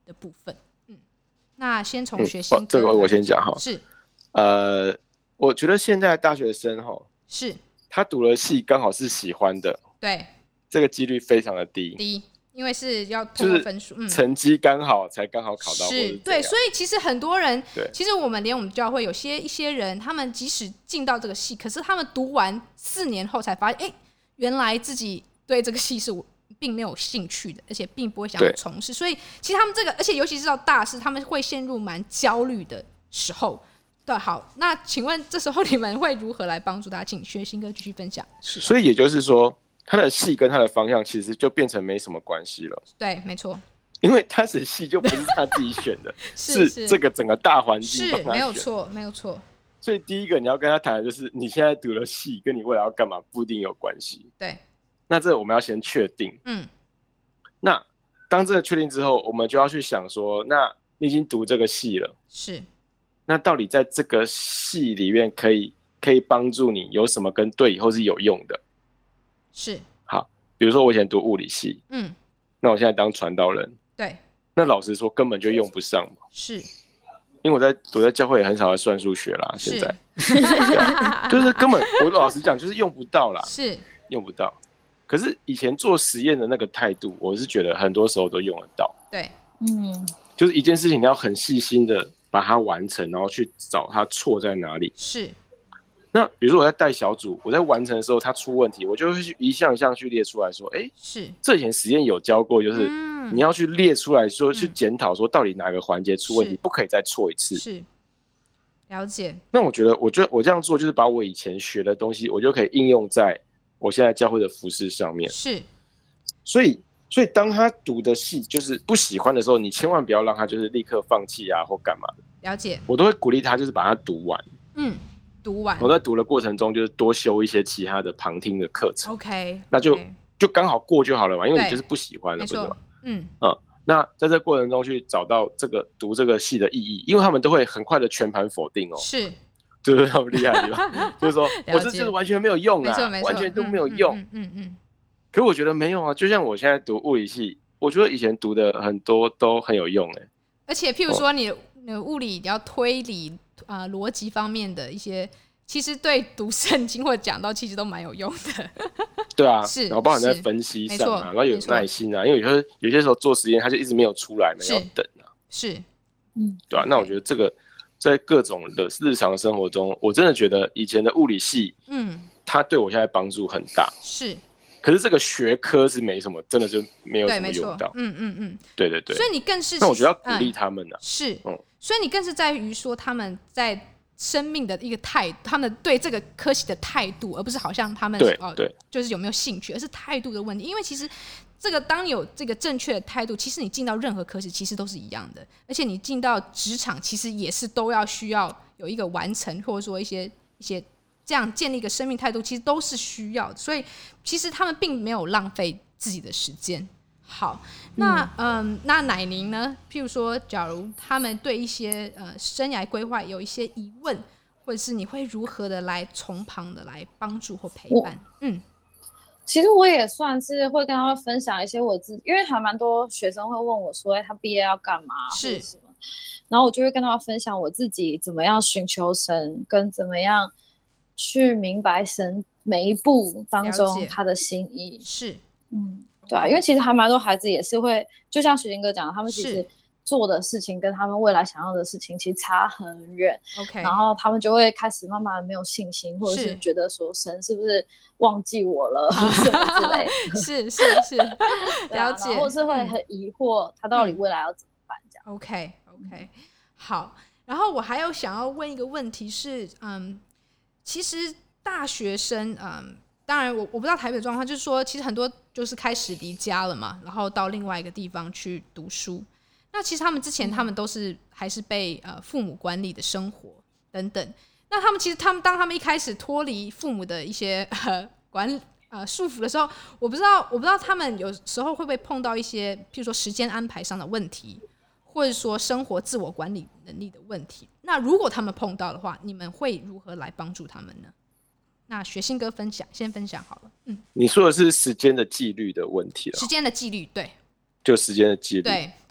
的部分。那先从学新这个我先讲哈。 是， 我觉得现在的大学生哈， 是他读了系刚好是喜欢的， 对， 这个几率非常的低， 因为是要通过分数， 成绩刚好才刚好考到， 是对，所以其实很多人，其实我们教会有一些人，他们即使进到这个系，可是他们读完4年后才发现，原来自己对这个系是并没有兴趣的，而且并不会想要从事，所以其实他们这个，而且尤其是到大四，他们会陷入蛮焦虑的时候。对，好，那请问这时候你们会如何来帮助他？请学新哥继续分享。 所以也就是说，他的系跟他的方向其实就变成没什么关系了。 对，没错。 因为他的系就不是他自己选的，是这个整个大环境帮他选的， 没有错，没有错。 所以第一个你要跟他谈的就是，你现在读了系，跟你未来要干嘛不一定有关系。 对。 那这我们要先确定。那当这个确定之后，我们就要去想说，那你已经读这个系了， 是。 那到底在这个系里面可以帮助你有什么跟对以后是有用的？ 是。 好，比如说我以前读物理系，那我现在当传道人， 对。 那老实说根本就用不上嘛。 是。 因为我在教会也很少在算数学啦，现在就是根本我老实讲就是用不到啦， 是用不到。可是以前做实验的那个态度，我是觉得很多时候都用得到。 对， 就是一件事情你要很细心的把它完成，然后去找它错在哪里。 是。 那比如说我在带小组，我在完成的时候它出问题，我就会去一项一项去列出来说， 是这以前实验有教过，就是你要去列出来说，去检讨说到底哪个环节出问题，不可以再错一次。 是，了解。 那我觉得我这样做就是把我以前学的东西，我就可以应用在我现在教会的服事上面。 是。 所以当他读的系就是不喜欢的时候，你千万不要让他就是立刻放弃啊或干嘛的。 了解。 我都会鼓励他就是把它读完。 读完。 我在读的过程中就是多修一些其他的旁听的课程。 OK。 那就刚好过就好了嘛，因为你就是不喜欢了，不是吗？那在这过程中去找到读这个系的意义，因为他们都会很快的全盘否定哦。 是。 就是他们厉害的地方，就是说我这就是完全没有用啊，完全都没有用。可我觉得没有啊，就像我现在读物理系，我觉得以前读的很多都很有用而且譬如说你的物理要推理逻辑方面的一些，其实对读圣经或者讲到其实都蛮有用的。 对啊， 是， 然后包含在分析上啊，然后有耐心啊，因为有些时候做实验它就一直没有出来，要等啊。 是。 对啊，那我觉得这个在各种的日常生活中，我真的觉得以前的物理系，它对我现在帮助很大。 是。 可是这个学科是没什么，真的就没有什么用到。对对对。 所以你更是， 那我觉得要鼓励他们啊。 是。所以你更是在于说他们在生命的一个态度，他们对这个科系的态度，而不是好像他们对就是有没有兴趣，而是态度的问题。因为其实这个当你有这个正确的态度，其实你进到任何科系其实都是一样的，而且你进到职场其实也是都要需要有一个完成，或者说一些这样建立一个生命态度，其实都是需要的。所以其实他们并没有浪费自己的时间。好，那乃宁呢？譬如说，假如他们对一些生涯规划有一些疑问，或者是你会如何的来从旁的来帮助或陪伴？ 其实我也算是会跟他们分享一些我自己，因为还蛮多学生会问我说，他毕业要干嘛或者什么，然后我就会跟他们分享我自己怎么样寻求神，跟怎么样去明白神每一步当中他的心意。 是。 对啊，因为其实还蛮多孩子也是会，就像许金哥讲的，他们其实做的事情跟他们未来想要的事情其实差很远。 OK。 然后他们就会开始慢慢没有信心，或者是觉得说神是不是忘记我了什么之类的。 是了解。 或是会很疑惑他到底未来要怎么办这样。 OK。好，然后我还有想要问一个问题是，其实大学生，当然我不知道台北的状况，就是说其实很多就是开始离家了嘛，然后到另外一个地方去读书。那其实他们之前他们都是还是被父母管理的生活等等。那他们其实当他们一开始脱离父母的一些束缚的时候，我不知道他们有时候会不会碰到一些譬如说时间安排上的问题，或者说生活自我管理能力的问题。那如果他们碰到的话，你们会如何来帮助他们呢？那学新哥先分享好了。 你说的是时间的纪律的问题了。 时间的纪律，对， 就时间的纪律。 对。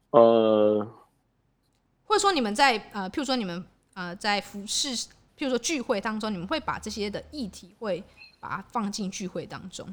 或者说你们在譬如说你们在服事，譬如说聚会当中，你们会把这些的议题会把它放进聚会当中？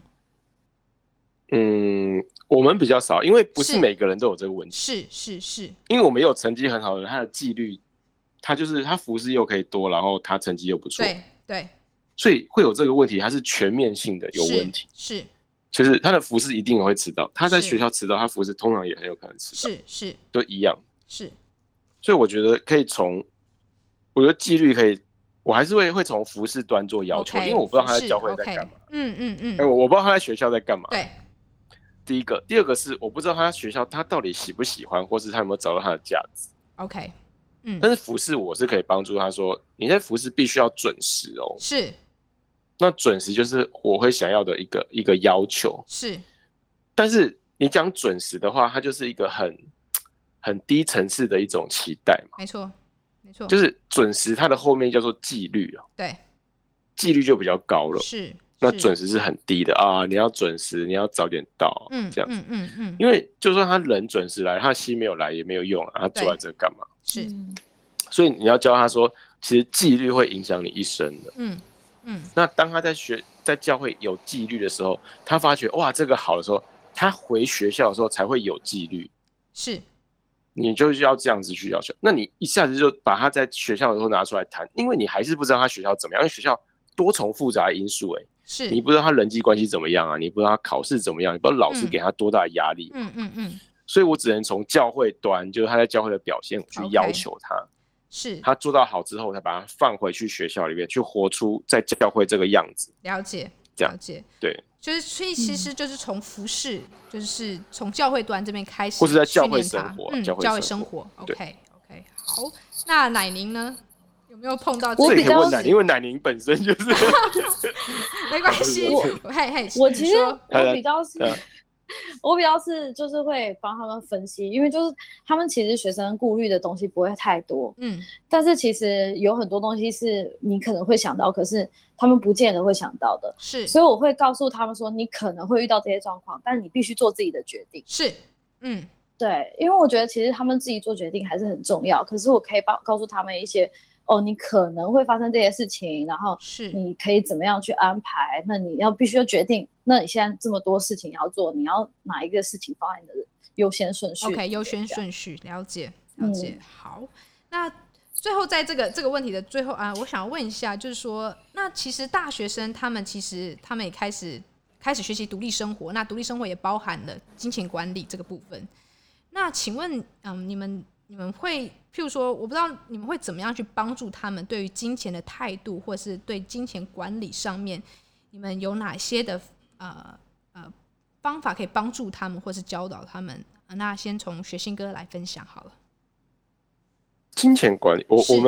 我们比较少，因为不是每个人都有这个问题。是， 因为我们有成绩很好的人，他的纪律，他就是他服事又可以多，然后他成绩又不错， 对， 所以会有这个问题，他是全面性的有问题， 是， 就是他的服事一定会迟到，他在学校迟到，他服事通常也很有可能迟到， 是， 都一样， 是， 所以我觉得可以我觉得纪律可以。我还是会从服事端做要求，因为我不知道他在教会在干嘛。我不知道他在学校在干嘛。 对。 第一个，第二个是我不知道他学校他到底喜不喜欢，或是他有没有找到他的价值。 OK。 但是服事我是可以帮助他说，你在服事必须要准时哦。 是。 那准时就是我会想要的一个要求。 是。 但是你讲准时的话，它就是一个很低层次的一种期待嘛。 没错。 就是准时，它的后面叫做纪律啊。 对， 纪律就比较高了。 是， 那准时是很低的啊！你要准时，你要早点到，这样子。因为就算他人准时来，他心没有来也没有用啊，他坐在这干嘛？ 是。 所以你要教他说，其实纪律会影响你一生的。那当他在教会有纪律的时候，他发觉哇这个好的时候，他回学校的时候才会有纪律。 是。 你就是要这样子去要求，那你一下子就把他在学校的时候拿出来谈，因为你还是不知道他学校怎么样，因为学校多重复杂的因素， 是你不知道他人际关系怎么样啊，你不知道他考试怎么样，你不知道老师给他多大的压力，所以我只能从教会端，就是他在教会的表现去要求他， 是他做到好之后，才把他放回去学校里面去活出在教会这个样子。 了解， 了解，对。 所以其实就是从服事，就是从教会端这边开始， 或是在教会生活， 教会生活。OK，好。那乃宁呢？有没有碰到？ 我比较问乃宁，因为乃宁本身就是没关系。 我其实我比较是。我比较是就是会帮他们分析，因为就是他们其实学生顾虑的东西不会太多，但是其实有很多东西是你可能会想到，可是他们不见得会想到的， 是， 所以我会告诉他们说，你可能会遇到这些状况，但你必须做自己的决定， 是， 对，因为我觉得其实他们自己做决定还是很重要，可是我可以告诉他们一些。你可能会发生这些事情，然后你可以怎么样去安排？那你必须要决定，那你现在这么多事情要做，你要哪一个事情放在你的优先顺序 ？OK， 优先顺序，了解。好，那最后在这个问题的最后啊，我想问一下，就是说，那其实大学生他们也开始学习独立生活，那独立生活也包含了金钱管理这个部分。那请问，你们会，譬如说，我不知道你们会怎么样去帮助他们对于金钱的态度，或是对金钱管理上面，你们有哪些的方法可以帮助他们，或是教导他们？那先从学信哥来分享好了。 金钱管理，我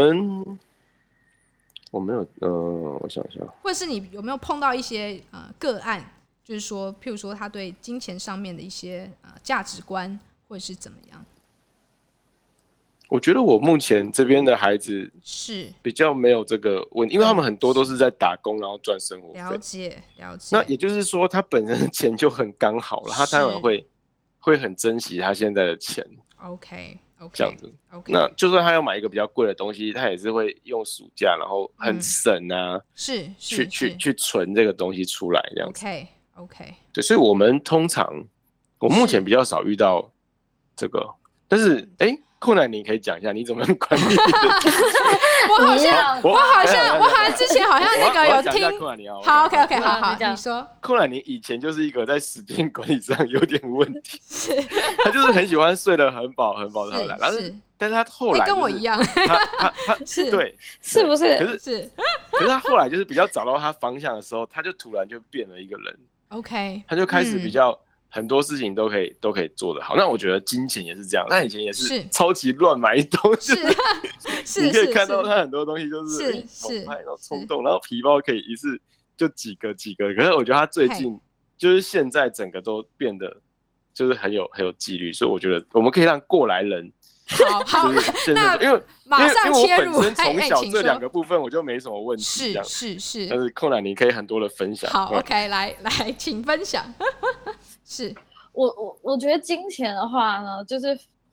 没有，我想一下， 或者是你有没有碰到一些个案，就是说，譬如说他对金钱上面的一些价值观，或者是怎么样？ 我觉得我目前这边的孩子是比较没有这个问题，因为他们很多都是在打工，然后赚生活费。 了解。 那也就是说，他本身的钱就很刚好了，他当然会很珍惜他现在的钱。 OK， 这样子。那就算他要买一个比较贵的东西，他也是会用暑假，然后很省啊，去存这个东西出来这样子。 OK， 对，所以我目前比较少遇到这个，但是寇乃你可以讲一下你怎么管理你的金钱？ 我好像之前好像那个有听。好 OK 好，你说。 寇乃你以前就是一个在时间管理上有点问题，他就是很喜欢睡得很饱的但是他后来、 跟我一样， 他是对， 是不是？ 可是他后来就是比较找到他方向的时候，他就突然就变了一个人。 OK， 他就开始比较。很多事情都可以做得好，那我觉得金钱也是这样。他以前也是超级乱买东西，你可以看到他很多东西就是猛买，然后冲动，然后皮包可以一次就几个。可是我觉得他最近就是现在整个都变得就是很有纪律，所以我觉得我们可以让过来人。 好，那因为马上切入。 我本身从小这两个部分我就没什么问题， 是。 但是寇乃你可以很多的分享。 好 ，OK， 来，请分享。是我觉得金钱的话呢，就是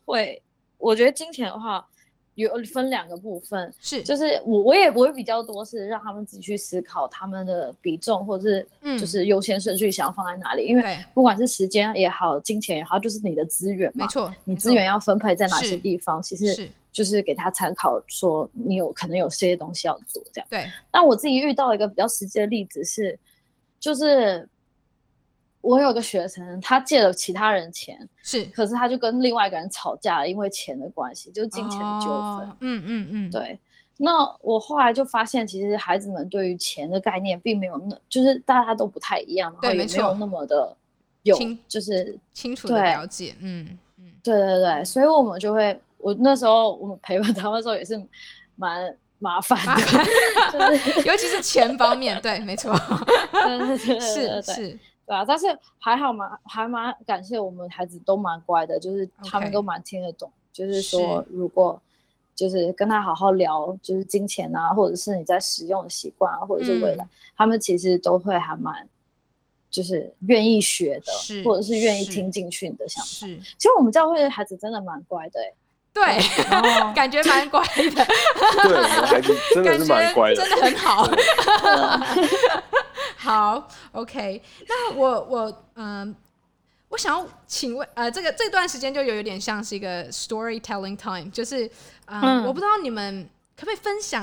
会，我觉得金钱的话有分2个部分， 是就是我也比较多是让他们自己去思考他们的比重或者是就是优先顺序想要放在哪里，因为不管是时间也好，金钱也好，就是你的资源嘛， 没错， 你资源要分配在哪些地方，其实就是给他参考，说你可能有些东西要做这样。 对， 但我自己遇到一个比较实际的例子是，就是我有个学生，他借了其他人钱，可是他就跟另外一个人吵架了，因为钱的关系，就是金钱的纠纷。对。那我后来就发现，其实孩子们对于钱的概念并没有就是大家都不太一样，然后也没有那么的就是清楚的了解。 对，所以我们就会，我那时候我们陪伴他们的时候也是蛮麻烦的， 就是尤其是钱方面，对，没错，是。 对啊，但是还好嘛，还蛮感谢我们孩子都蛮乖的，就是他们都蛮听得懂，就是说如果就是跟他好好聊，就是金钱啊，或者是你在使用的习惯啊，或者是未来，他们其实都会还蛮就是愿意学的，或者是愿意听进去你的想法。其实我们教会的孩子真的蛮乖的对，感觉蛮乖的。 对，我们孩子真的是蛮乖的， 真的很好。好 ，OK， 那我想要请问，这段时间就有点像是一个 storytelling time， 就是我不知道你们可不可以分享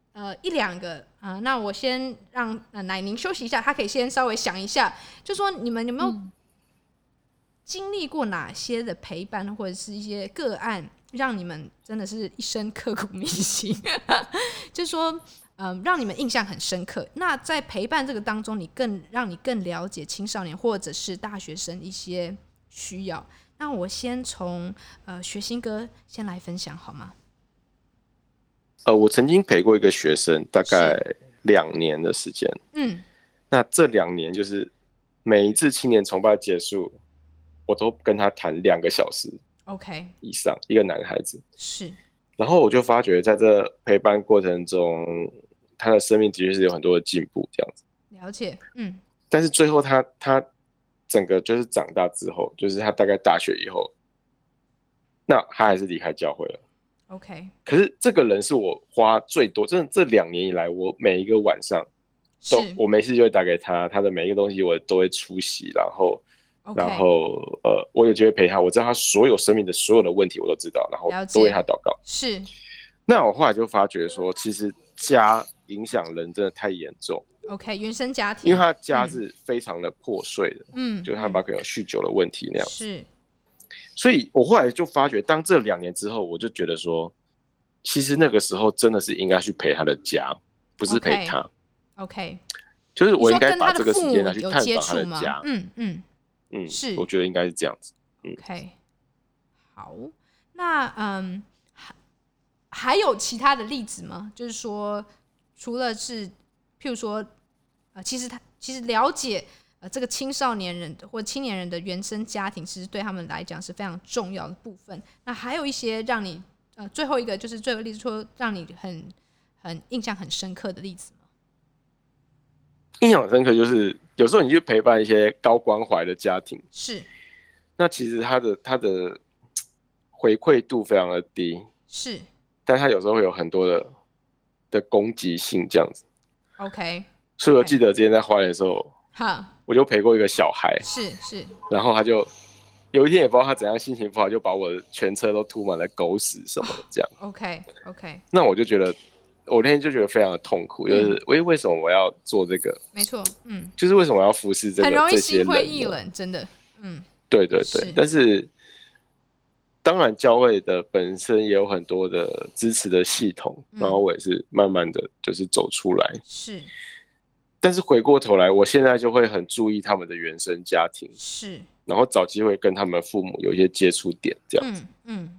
1-2个那我先让乃宁休息一下，他可以先稍微想一下，就说你们有没有经历过哪些的陪伴或者是一些个案，让你们真的是一生刻骨铭心，就是说。让你们印象很深刻。那在陪伴这个当中，让你更了解青少年或者是大学生一些需要。那我先从学兴哥先来分享好吗？ 我曾经陪过一个学生，大概2年的时间。那这2年就是每一次青年崇拜结束，我都跟他谈2个小时 ，OK 以上，一个男孩子是。 然后我就发觉，在这陪伴过程中，他的生命的确是有很多的进步，这样子。 了解， 但是最后他整个就是长大之后，就是他大概大学以后，那他还是离开教会了。 OK。 可是这个人是我花最多，真的这2年以来，我每一个晚上我没事就会打给他，他的每一个东西我都会出席，然后我也就会陪他，我知道他所有生命的所有的问题我都知道，然后都为他祷告。 是。 那我后来就发觉说，其实家影响人真的太严重。 OK， 原生家庭， 因为他家是非常的破碎的，就是他爸可能有酗酒的问题那样子。 是。 所以我后来就发觉，当这2年之后，我就觉得说，其实那个时候真的是应该去陪他的家，不是陪他。 OK。 就是我应该把这个时间拿去探访他的家。 是， 我觉得应该是这样子。 OK， 好，那还有其他的例子吗？就是说，除了是，譬如说，其实了解这个青少年人或青年人的原生家庭，其实对他们来讲是非常重要的部分。那还有一些让你最后一个就是最后例子，说让你很印象很深刻的例子吗？ 印象很深刻就是有时候你去陪伴一些高关怀的家庭， 是， 那其实他的回馈度非常的低， 是， 但他有时候会有很多的攻击性这样子。 OK， 所以我记得之前在花莲的时候，我就陪过一个小孩， 是， 然后他就有一天也不知道他怎样心情不好，就把我的全车都涂满了狗屎什么的这样。 OK， 那我就觉得。我那天就觉得非常的痛苦，就是为什么我要做这个？ 没错， 就是为什么我要服侍这些人？ 很容易心灰意冷，真的， 对。但是当然，教会的本身也有很多的支持的系统，然后我也是慢慢的就是走出来。 是， 但是回过头来，我现在就会很注意他们的原生家庭， 是， 然后找机会跟他们父母有一些接触点，这样子。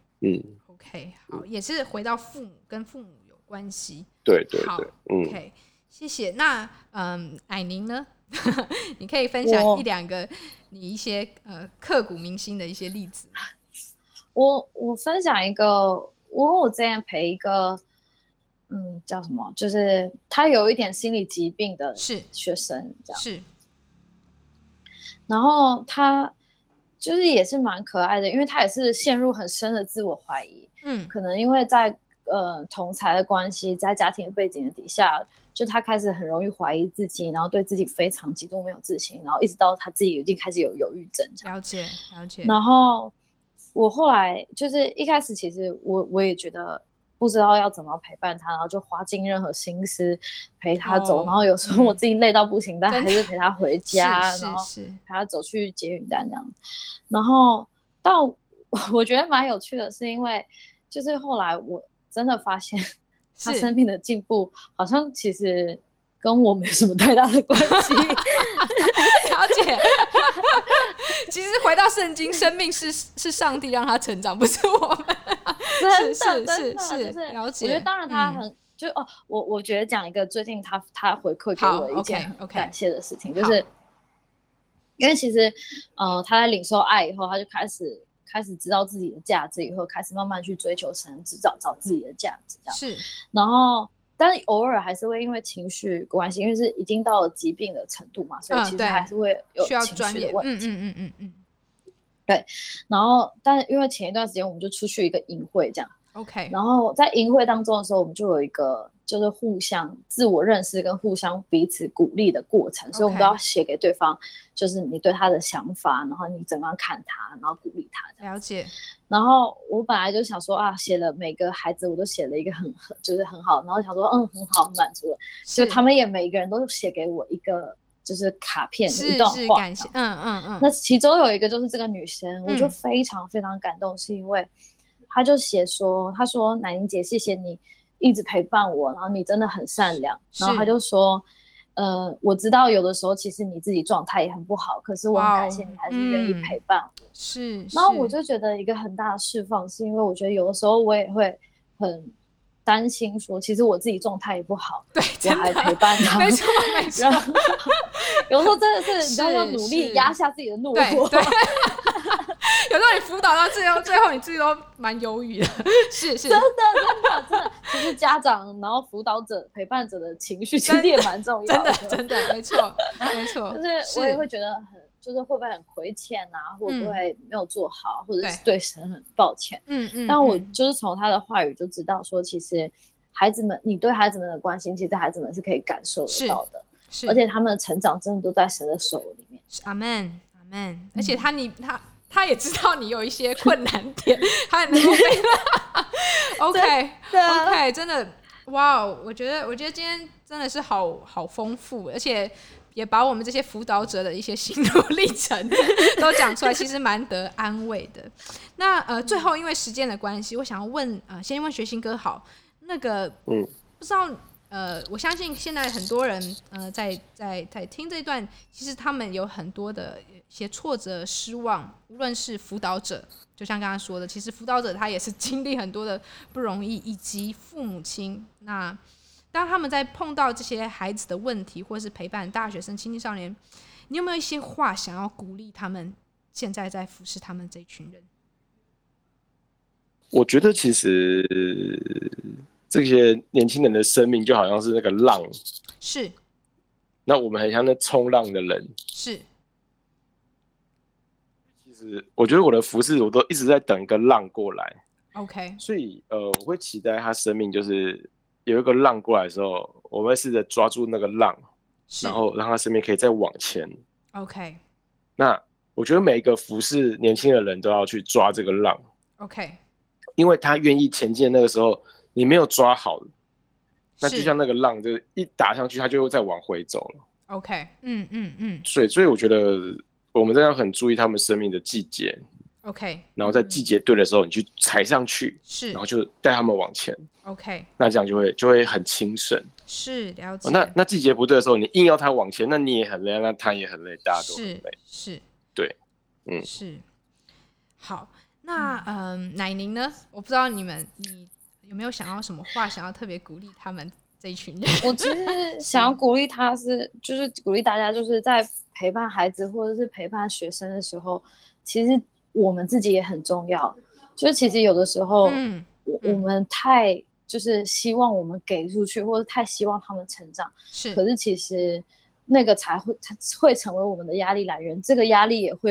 OK， 好，也是回到跟父母关系。 对。 好 ，OK， 谢谢。那乃宁呢？你可以分享1-2个你一些刻骨铭心的一些例子。 我分享一个，我之前陪一个叫什么，就是他有一点心理疾病的学生，这样是。 然后他就是也是蛮可爱的，因为他也是陷入很深的自我怀疑。可能因为在同侪的关系，在家庭的背景的底下，就他开始很容易怀疑自己，然后对自己非常极度没有自信，然后一直到他自己已经开始有忧郁症。 了解。 然后我后来就是一开始其实我也觉得不知道要怎么陪伴他，然后就花尽任何心思陪他走，然后有时候我自己累到不行，但还是陪他回家，然后陪他走去捷运站这样。然后到我觉得蛮有趣的是，因为就是后来我真的发现他生命的进步好像其实跟我没什么太大的关系。 了解。其实回到圣经，生命是上帝让他成长，不是我们。 真的是了解。 我觉得当然他很我觉得讲一个最近他回馈给我一件很感谢的事情，就是因为其实他在领受爱以后，他就开始知道自己的价值，以后开始慢慢去追求神，找自己的价值这样。 是。然后但是偶尔还是会因为情绪关系，因为是已经到了疾病的程度嘛，所以其实还是会有情绪的问题。对。然后但是因为前一段时间我们就出去一个营会这样。 OK。 然后在营会当中的时候，我们就有一个就是互相自我认识跟互相彼此鼓励的过程，所以我们都要写给对方，就是你对他的想法，然后你怎么样看他，然后鼓励他。 了解。 然后我本来就想说写了每个孩子我都写了一个就是很好，然后想说很好，很满足了。就他们也每一个人都写给我一个就是卡片一段话。 感谢。 那其中有一个就是这个女生，我就非常非常感动，是因为她就写说，她说乃宁姐，谢谢你一直陪伴我，然后你真的很善良。然后她就说我知道有的时候其实你自己状态也很不好，可是我很感谢你还是愿意陪伴我。 是。 然后我就觉得一个很大的释放，是因为我觉得有的时候我也会很担心说，其实我自己状态也不好， 对， 我还陪伴他。 没错。 有时候真的是你知道要努力压下自己的怒火。 对。有时候你辅导到最后你自己都蛮忧郁的。是。 真的，其实家长然后辅导者陪伴者的情绪其实也蛮重要的。 真的没错。 就是我也会觉得就是会不会很亏欠啊，会不会没有做好，或者是对神很抱歉。但我就是从他的话语就知道说，其实孩子们，你对孩子们的关心，其实孩子们是可以感受得到的。而且他们的成长真的都在神的手里面。 阿们。而且他也知道你有一些困难点，他也能够OK， 真的哇！我觉得今天真的是好丰富，而且也把我们这些辅导者的一些心路历程都讲出来，其实蛮得安慰的。那最后因为时间的关系，我想要问先问学新哥好，那个不知道我相信现在很多人在听这一段，其实他们有很多的一些挫折、失望，无论是辅导者，就像刚刚说的，其实辅导者他也是经历很多的不容易，以及父母亲。那当他们在碰到这些孩子的问题，或是陪伴大学生、青少年，你有没有一些话想要鼓励他们现在在服侍他们这群人？ 我觉得其实这些年轻人的生命就好像是那个浪， 是。 那我们很像那冲浪的人， 是。 其实我觉得我的服事我都一直在等一个浪过来 ，OK。 所以我会期待他生命就是有一个浪过来的时候，我们会试着抓住那个浪，然后让他生命可以再往前 ，OK。 那我觉得每一个服事年轻的人都要去抓这个浪 ，OK。 因为他愿意前进的那个时候。你没有抓好，那就像那个浪，就是一打上去，它就会再往回走了。 OK， 所以我觉得我们真的要很注意他们生命的季节。 OK， 然后在季节对的时候，你去踩上去， 是， 然后就带他们往前。 OK， 那这样就会很轻省。 是，了解。 那季节不对的时候，你硬要他往前，那你也很累，那他也很累，大家都很累。 是， 对， 是。好，那乃宁呢？我不知道你有没有想要什么话想要特别鼓励他们这一群人？ 我其实想要鼓励他就是鼓励大家，就是在陪伴孩子或者是陪伴学生的时候，其实我们自己也很重要。就是其实有的时候，我们太就是希望我们给出去，或者太希望他们成长，可是其实那个才会成为我们的压力来源，这个压力也会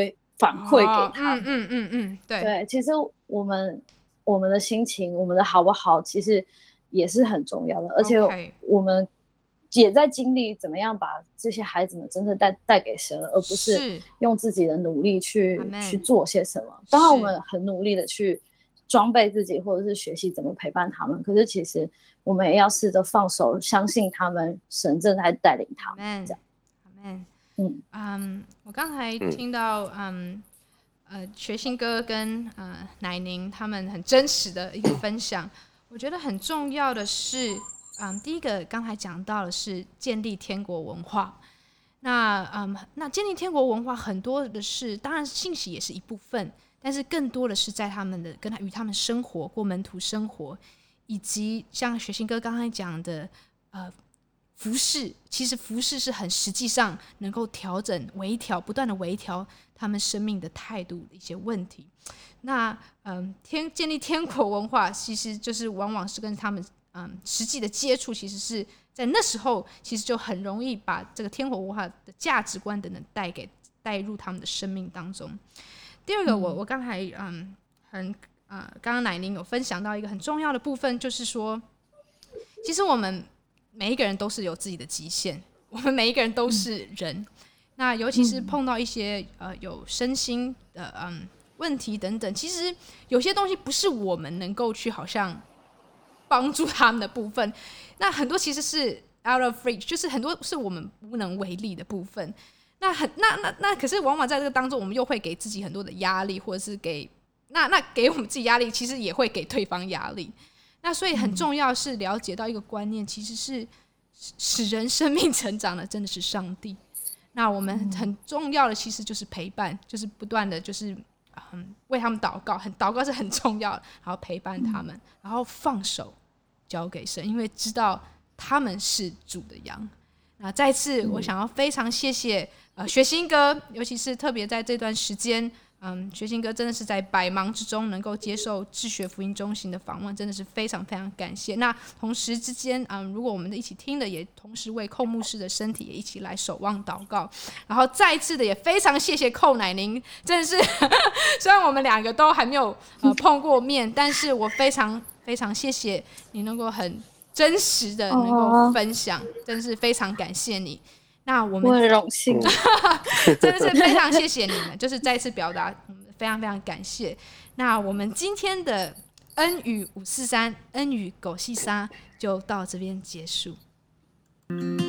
反馈给他们。 对，其实我们的心情，我们的好不好，其实也是很重要的，而且我们也在经历怎么样把这些孩子们真正带给神，而不是用自己的努力去做些什么。当然我们很努力的去装备自己，或者是学习怎么陪伴他们，可是其实我们也要试着放手，相信他们，神正在带领他们。这样。我刚才听到学信哥跟乃宁他们很真实的一个分享，我觉得很重要的是，第一个刚才讲到的是建立天国文化。那建立天国文化很多的是，当然信息也是一部分，但是更多的是在他们的与他们生活，过门徒生活，以及像学信哥刚才讲的服事，其实服事是很实际上能够调整、不断的微调他们生命的态度的一些问题。那建立天国文化，其实就是往往是跟他们实际的接触，其实是在那时候，其实就很容易把这个天国文化的价值观等等带入他们的生命当中。第二个，我刚才刚刚乃宁有分享到一个很重要的部分，就是说，其实我们每一个人都是有自己的极限，我们每一个人都是人。那尤其是碰到一些有身心的问题等等，其实有些东西不是我们能够去好像帮助他们的部分，那很多其实是 out of reach， 就是很多是我们无能为力的部分。那可是往往在这个当中，我们又会给自己很多的压力，或者是给我们自己压力，其实也会给对方压力。那所以很重要是了解到一个观念，其实是使人生命成长的真的是上帝。那我们很重要的其实就是陪伴，就是不断的就是为他们祷告，祷告是很重要的，然后陪伴他们，然后放手交给神，因为知道他们是主的羊。那再次我想要非常谢谢学信哥，尤其是特别在这段时间学信哥真的是在百忙之中能够接受智学福音中心的访问，真的是非常非常感谢。那同时之间如果我们一起听的，也同时为寇牧师的身体也一起来守望祷告。然后再一次的也非常谢谢寇乃宁，真的是虽然我们两个都还没有碰过面，但是我非常非常谢谢你能够很真实的能够分享，真的是非常感谢你。那我很荣幸真的是非常谢谢你们，就是再次表达我们非常非常感谢。那我们今天的恩语543恩语狗细沙就到这边结束。